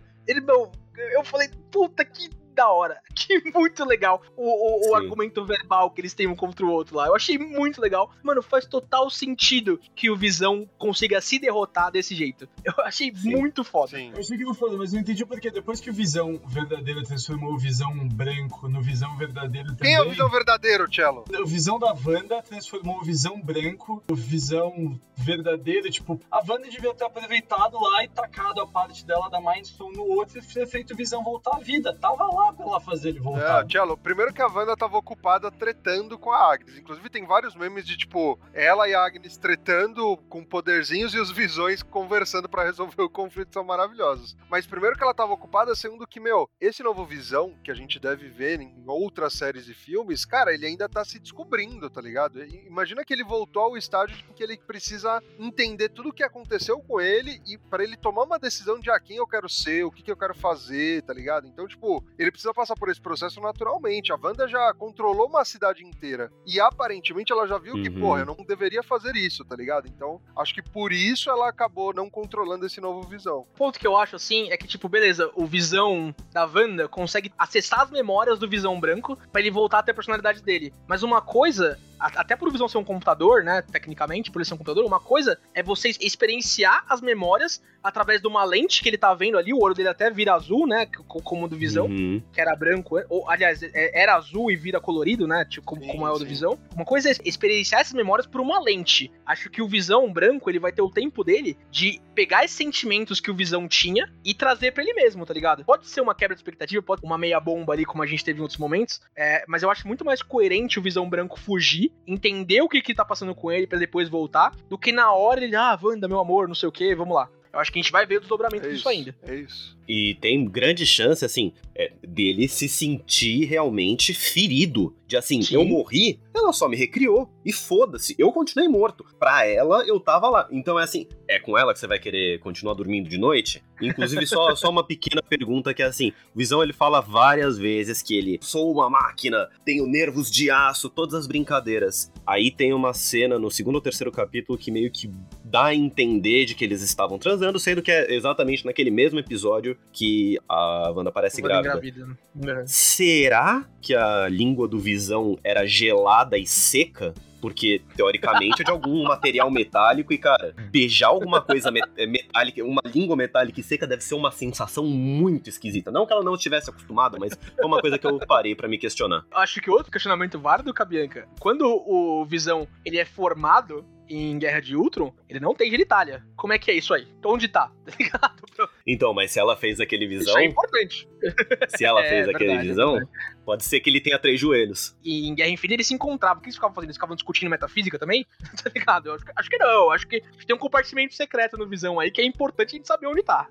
eu falei, puta que da hora, que muito legal o argumento verbal que eles têm um contra o outro lá. Eu achei muito legal. Mano, faz total sentido que o Visão consiga se derrotar desse jeito. Eu achei muito foda. Sim. Eu achei que não foda, mas não entendi porque depois que o Visão verdadeiro transformou o Visão branco no Visão verdadeiro também... Quem é o Visão verdadeiro, Cello? O Visão da Wanda transformou o Visão branco no Visão verdadeiro. Tipo, a Wanda devia ter aproveitado lá e tacado a parte dela da Mind Stone no outro e ter feito o Visão voltar à vida. Tava lá pra ela fazer ele voltar. Cello, primeiro que a Wanda tava ocupada tretando com a Agnes. Inclusive tem vários memes de, tipo, ela e a Agnes tretando com poderzinhos e os Visões conversando pra resolver o conflito, são maravilhosos. Mas primeiro que ela tava ocupada, segundo que, esse novo Visão, que a gente deve ver em outras séries e filmes, cara, ele ainda tá se descobrindo, tá ligado? Imagina que ele voltou ao estágio em que ele precisa entender tudo o que aconteceu com ele e pra ele tomar uma decisão de quem eu quero ser, o que eu quero fazer, tá ligado? Então, tipo, ele precisa passar por esse processo naturalmente. A Wanda já controlou uma cidade inteira e aparentemente ela já viu que, porra, eu não deveria fazer isso, tá ligado? Então, acho que por isso ela acabou não controlando esse novo Visão. O ponto que eu acho, assim, é que, tipo, beleza, o Visão da Wanda consegue acessar as memórias do Visão branco pra ele voltar a ter a personalidade dele. Mas uma coisa, até por Visão ser um computador, né, tecnicamente, por ele ser um computador, uma coisa é você experienciar as memórias através de uma lente que ele tá vendo ali, o olho dele até vira azul, né, como o do Visão, que era branco, ou, aliás, era azul e vira colorido, né, tipo, como é o do Visão. Uma coisa é experienciar essas memórias por uma lente. Acho que o Visão branco, ele vai ter o tempo dele de pegar esses sentimentos que o Visão tinha e trazer pra ele mesmo, tá ligado? Pode ser uma quebra de expectativa, pode ser uma meia bomba ali, como a gente teve em outros momentos, mas eu acho muito mais coerente o Visão branco fugir, entender o que tá passando com ele pra depois voltar, do que na hora ele, Wanda, meu amor, não sei o que, vamos lá. Eu acho que a gente vai ver o desdobramento disso ainda. É isso. E tem grande chance, assim, dele se sentir realmente ferido. De assim, Sim. Eu morri, ela só me recriou. E foda-se, eu continuei morto. Pra ela, eu tava lá. Então é assim, é com ela que você vai querer continuar dormindo de noite? Inclusive, só uma pequena pergunta que é assim, o Visão, ele fala várias vezes que ele, sou uma máquina, tenho nervos de aço, todas as brincadeiras. Aí tem uma cena no segundo ou terceiro capítulo que meio que dá a entender de que eles estavam transando, sendo que é exatamente naquele mesmo episódio que a Wanda parece grávida. Né? Será que a língua do Visão era gelada e seca? Porque, teoricamente, é de algum material metálico e, cara, beijar alguma coisa metálica, uma língua metálica e seca deve ser uma sensação muito esquisita. Não que ela não estivesse acostumada, mas foi uma coisa que eu parei pra me questionar. Acho que outro questionamento válido, Cabianca, quando o Visão, ele é formado em Guerra de Ultron, ele não tem genitália. Como é que é isso aí? Então onde tá? Tá ligado? Então, mas se ela fez aquele Visão... Isso é importante. Se ela fez aquele verdade, Visão, pode ser que ele tenha 3 joelhos. E em Guerra Infinita eles se encontravam. O que eles ficavam fazendo? Eles ficavam discutindo metafísica também? Tá ligado? Acho que não. Acho que tem um compartimento secreto no Visão aí que é importante a gente saber onde tá.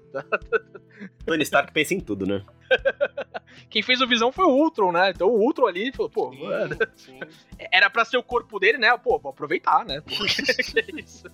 Tony Stark pensa em tudo, né? Quem fez o Visão foi o Ultron, né? Então o Ultron ali falou, pô, Sim, mano, sim. era pra ser o corpo dele, né? Pô, vou aproveitar, né? Pô, que é isso?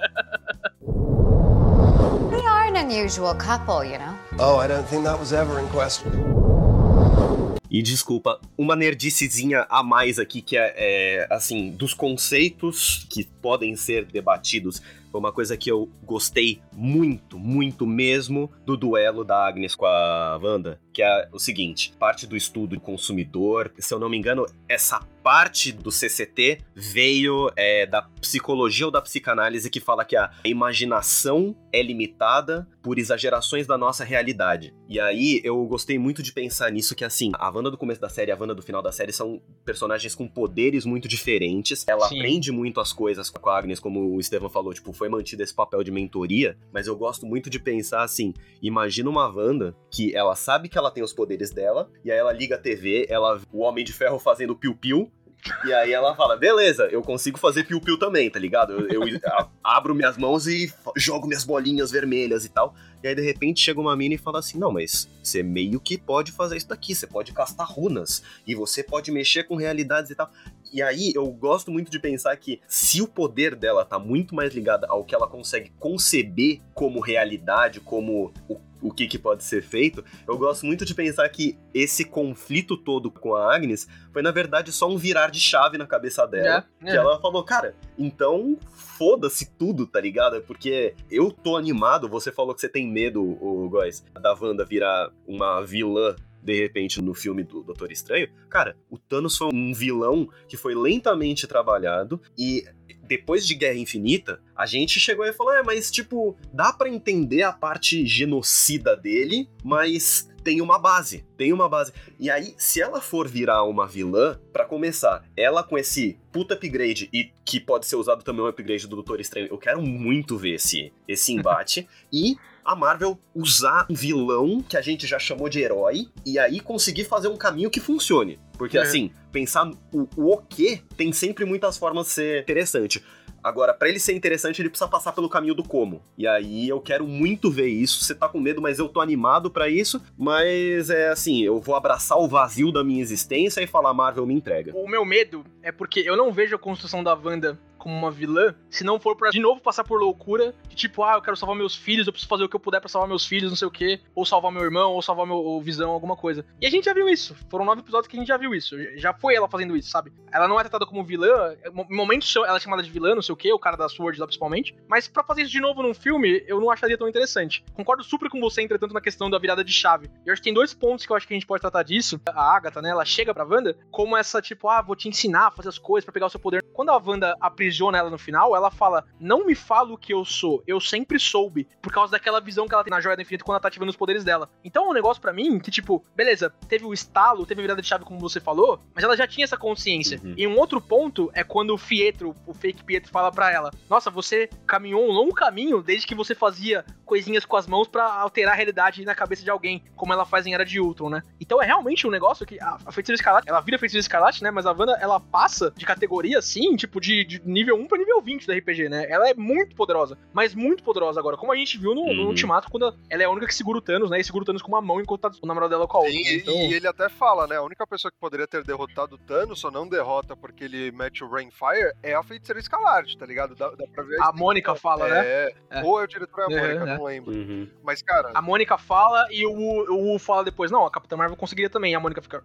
They are an unusual couple, you know? Oh, I don't think that was ever in question. E desculpa, uma nerdicezinha a mais aqui, que assim, dos conceitos que podem ser debatidos foi uma coisa que eu gostei muito, muito mesmo do duelo da Agnes com a Wanda, que é o seguinte, parte do estudo do consumidor, se eu não me engano, essa parte do CCT veio da psicologia ou da psicanálise que fala que a imaginação é limitada por exagerações da nossa realidade. E aí eu gostei muito de pensar nisso, que assim, a Wanda do começo da série e a Wanda do final da série são personagens com poderes muito diferentes. Ela aprende muito as coisas com a Agnes, como o Estevam falou, tipo, foi mantido esse papel de mentoria, mas eu gosto muito de pensar assim, imagina uma Wanda que ela sabe que ela tem os poderes dela, e aí ela liga a TV, o Homem de Ferro fazendo piu-piu, e aí ela fala, beleza, eu consigo fazer piu-piu também, tá ligado? Eu abro minhas mãos e jogo minhas bolinhas vermelhas e tal. E aí, de repente, chega uma mina e fala assim, não, mas você meio que pode fazer isso daqui, você pode castar runas, e você pode mexer com realidades e tal. E aí, eu gosto muito de pensar que se o poder dela tá muito mais ligado ao que ela consegue conceber como realidade, como o que pode ser feito, eu gosto muito de pensar que esse conflito todo com a Agnes foi, na verdade, só um virar de chave na cabeça dela. Que ela falou, cara, então foda-se tudo, tá ligado? Porque eu tô animado, você falou que você tem medo, o Góis, da Wanda virar uma vilã de repente no filme do Doutor Estranho. Cara, o Thanos foi um vilão que foi lentamente trabalhado e depois de Guerra Infinita, a gente chegou e falou, mas tipo, dá pra entender a parte genocida dele, mas tem uma base. E aí, se ela for virar uma vilã, pra começar, ela com esse puta upgrade, e que pode ser usado também um upgrade do Doutor Estranho, eu quero muito ver esse embate, e a Marvel usar um vilão que a gente já chamou de herói, e aí conseguir fazer um caminho que funcione. Porque assim, pensar o quê tem sempre muitas formas de ser interessante. Agora, pra ele ser interessante, ele precisa passar pelo caminho do como. E aí, eu quero muito ver isso. Você tá com medo, mas eu tô animado pra isso. Mas, assim, eu vou abraçar o vazio da minha existência e falar, Marvel, me entrega. O meu medo é porque eu não vejo a construção da Wanda como uma vilã, se não for pra de novo passar por loucura, de tipo, eu quero salvar meus filhos, eu preciso fazer o que eu puder pra salvar meus filhos, não sei o quê, ou salvar meu irmão, ou salvar meu Visão, alguma coisa. E a gente já viu isso, foram 9 episódios que a gente já viu isso, já foi ela fazendo isso, sabe? Ela não é tratada como vilã, em momentos ela é chamada de vilã, não sei o quê, o cara da Sword lá principalmente, mas pra fazer isso de novo num filme, eu não acharia tão interessante. Concordo super com você, entretanto, na questão da virada de chave. Eu acho que tem 2 pontos que eu acho que a gente pode tratar disso. A Agatha, né, ela chega pra Wanda como essa, tipo, vou te ensinar a fazer as coisas pra pegar o seu poder. Quando a Wanda aprisiona ela no final, ela fala, não me fala o que eu sou, eu sempre soube, por causa daquela visão que ela tem na Joia do Infinito quando ela tá ativando os poderes dela. Então é um negócio pra mim que, tipo, beleza, teve o estalo, teve a virada de chave como você falou, mas ela já tinha essa consciência. E um outro ponto é quando o fake Pietro fala pra ela, nossa, você caminhou um longo caminho desde que você fazia coisinhas com as mãos pra alterar a realidade na cabeça de alguém, como ela faz em Era de Ultron, né? Então é realmente um negócio que a Feiticeira Escarlate, ela vira Feiticeira Escarlate, né? Mas a Wanda, ela passa de categoria, assim, tipo, de nível 1 pra nível 20 do RPG, né? Ela é muito poderosa, mas muito poderosa agora, como a gente viu no Ultimato, quando ela é a única que segura o Thanos, né? E segura o Thanos com uma mão enquanto tá o namorado dela com a outra. Então... E ele até fala, né? A única pessoa que poderia ter derrotado o Thanos, só não derrota porque ele mete o Rainfire, é a Feiticeira Escarlate, tá ligado? Dá pra ver a Mônica fala, né? Ou é o diretor e a Mônica, não lembro. Mas, cara... A Mônica fala e o Wu fala depois, não, a Capitã Marvel conseguiria também, e a Mônica fica...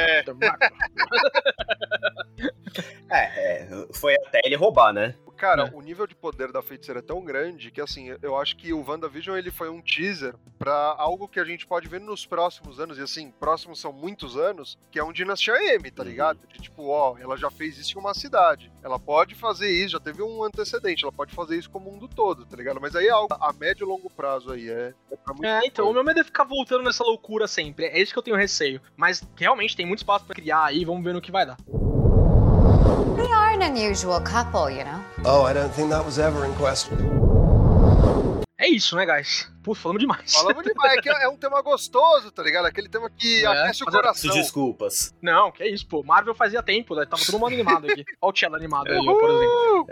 Foi até ele roubar, né? Cara, o nível de poder da feiticeira é tão grande que, assim, eu acho que o WandaVision, ele foi um teaser pra algo que a gente pode ver nos próximos anos, e assim, próximos são muitos anos, que é um Dinastia M, tá ligado? De tipo, ela já fez isso em uma cidade, ela pode fazer isso, já teve um antecedente, ela pode fazer isso com o mundo todo, tá ligado? Mas aí é algo a médio e longo prazo aí, pra muito então, o meu medo é ficar voltando nessa loucura sempre, é isso que eu tenho receio, mas realmente tem muito espaço pra criar aí, vamos ver no que vai dar. They are an unusual couple, you know? Oh, I don't think that was ever in question. É isso, né, guys? Putz, falamos demais. Falamos demais, é um tema gostoso, tá ligado? Aquele tema que aquece o coração. Desculpas. Não, que é isso, pô. Marvel fazia tempo, né? Tava todo mundo animado aqui. Olha o Cello animado ali, por exemplo.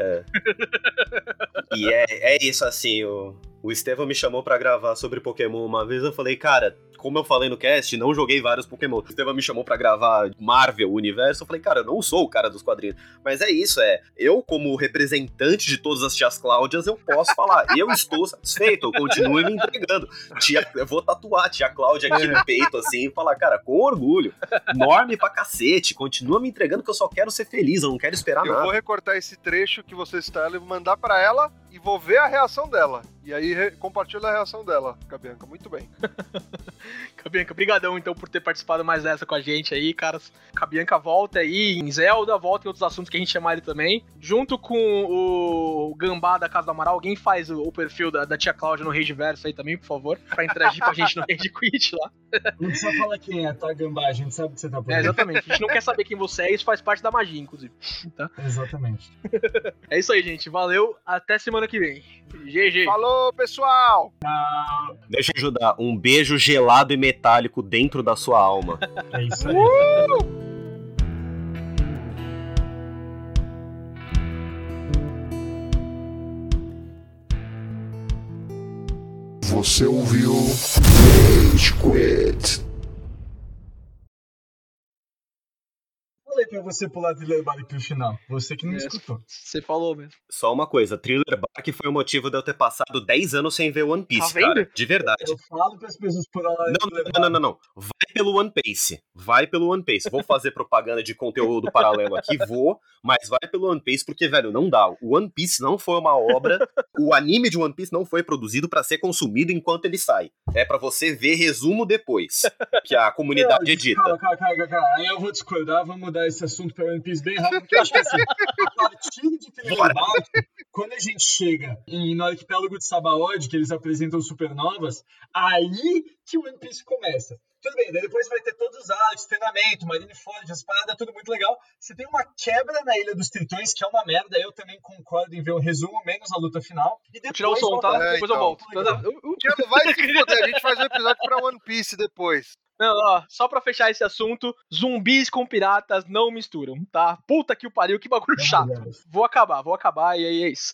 E é isso, assim, o Estevam me chamou pra gravar sobre Pokémon uma vez, eu falei, cara, como eu falei no cast, não joguei vários Pokémon. O Estevam me chamou pra gravar Marvel, Universo, eu falei, cara, eu não sou o cara dos quadrinhos. Mas é isso, eu como representante de todas as tias Cláudias, eu posso falar, eu estou satisfeito, eu continuo me entregando. Eu vou tatuar a tia Cláudia aqui no peito, assim, e falar, cara, com orgulho, enorme pra cacete, continua me entregando que eu só quero ser feliz, eu não quero esperar nada. Eu vou recortar esse trecho que você está e mandar pra ela e vou ver a reação dela. E aí compartilho a reação dela, Cabianca. Muito bem. Cabianca, brigadão então por ter participado mais dessa com a gente aí, caras. Cabianca volta aí em Zelda, volta em outros assuntos que a gente chamar ele também. Junto com o Gambá da Casa do Amaral, alguém faz o perfil da tia Cláudia no Rageverso aí também, por favor, pra interagir com a gente no Rage Quit lá. Não precisa falar quem é, tá, Gambá? A gente sabe que você tá por aí. Exatamente. A gente não quer saber quem você é, isso faz parte da magia, inclusive. Tá? Exatamente. É isso aí, gente. Valeu. Até semana que vem. GG. Falou, pessoal! Deixa eu ajudar. Um beijo gelado e metálico dentro da sua alma. É isso aí. Você ouviu Rage Quit. Falei pra você pular Thriller Bark pro final. Você que não escutou. Você falou mesmo. Só uma coisa, Thriller Bark foi o motivo de eu ter passado 10 anos sem ver One Piece, Tá vendo? cara. De verdade. Eu falo pras pessoas pularem Thriller Bark. Não. Vai pelo One Piece. Vai pelo One Piece. Vou fazer propaganda de conteúdo paralelo aqui, mas vai pelo One Piece porque, velho, não dá. O One Piece não foi uma obra, o anime de One Piece não foi produzido pra ser consumido enquanto ele sai. É pra você ver resumo depois, que a comunidade edita. Calma. Aí eu vou discordar, vou mudar esse assunto pra One Piece bem rápido, porque eu acho que assim, a partir de Thriller Bark, quando a gente chega no arquipélago de Sabaody, que eles apresentam supernovas, aí que o One Piece começa. Tudo bem, daí depois vai ter todos os arcos, treinamento, Marineford, as paradas, tudo muito legal. Você tem uma quebra na Ilha dos Tritões, que é uma merda, eu também concordo em ver o resumo, menos a luta final. E depois tirar o som, tá? Depois eu volto. Tiago, vai se foder, a gente faz um episódio pra One Piece depois. Não, ó, só pra fechar esse assunto, zumbis com piratas não misturam, tá? Puta que o pariu, que bagulho chato. Vou acabar, e aí é isso.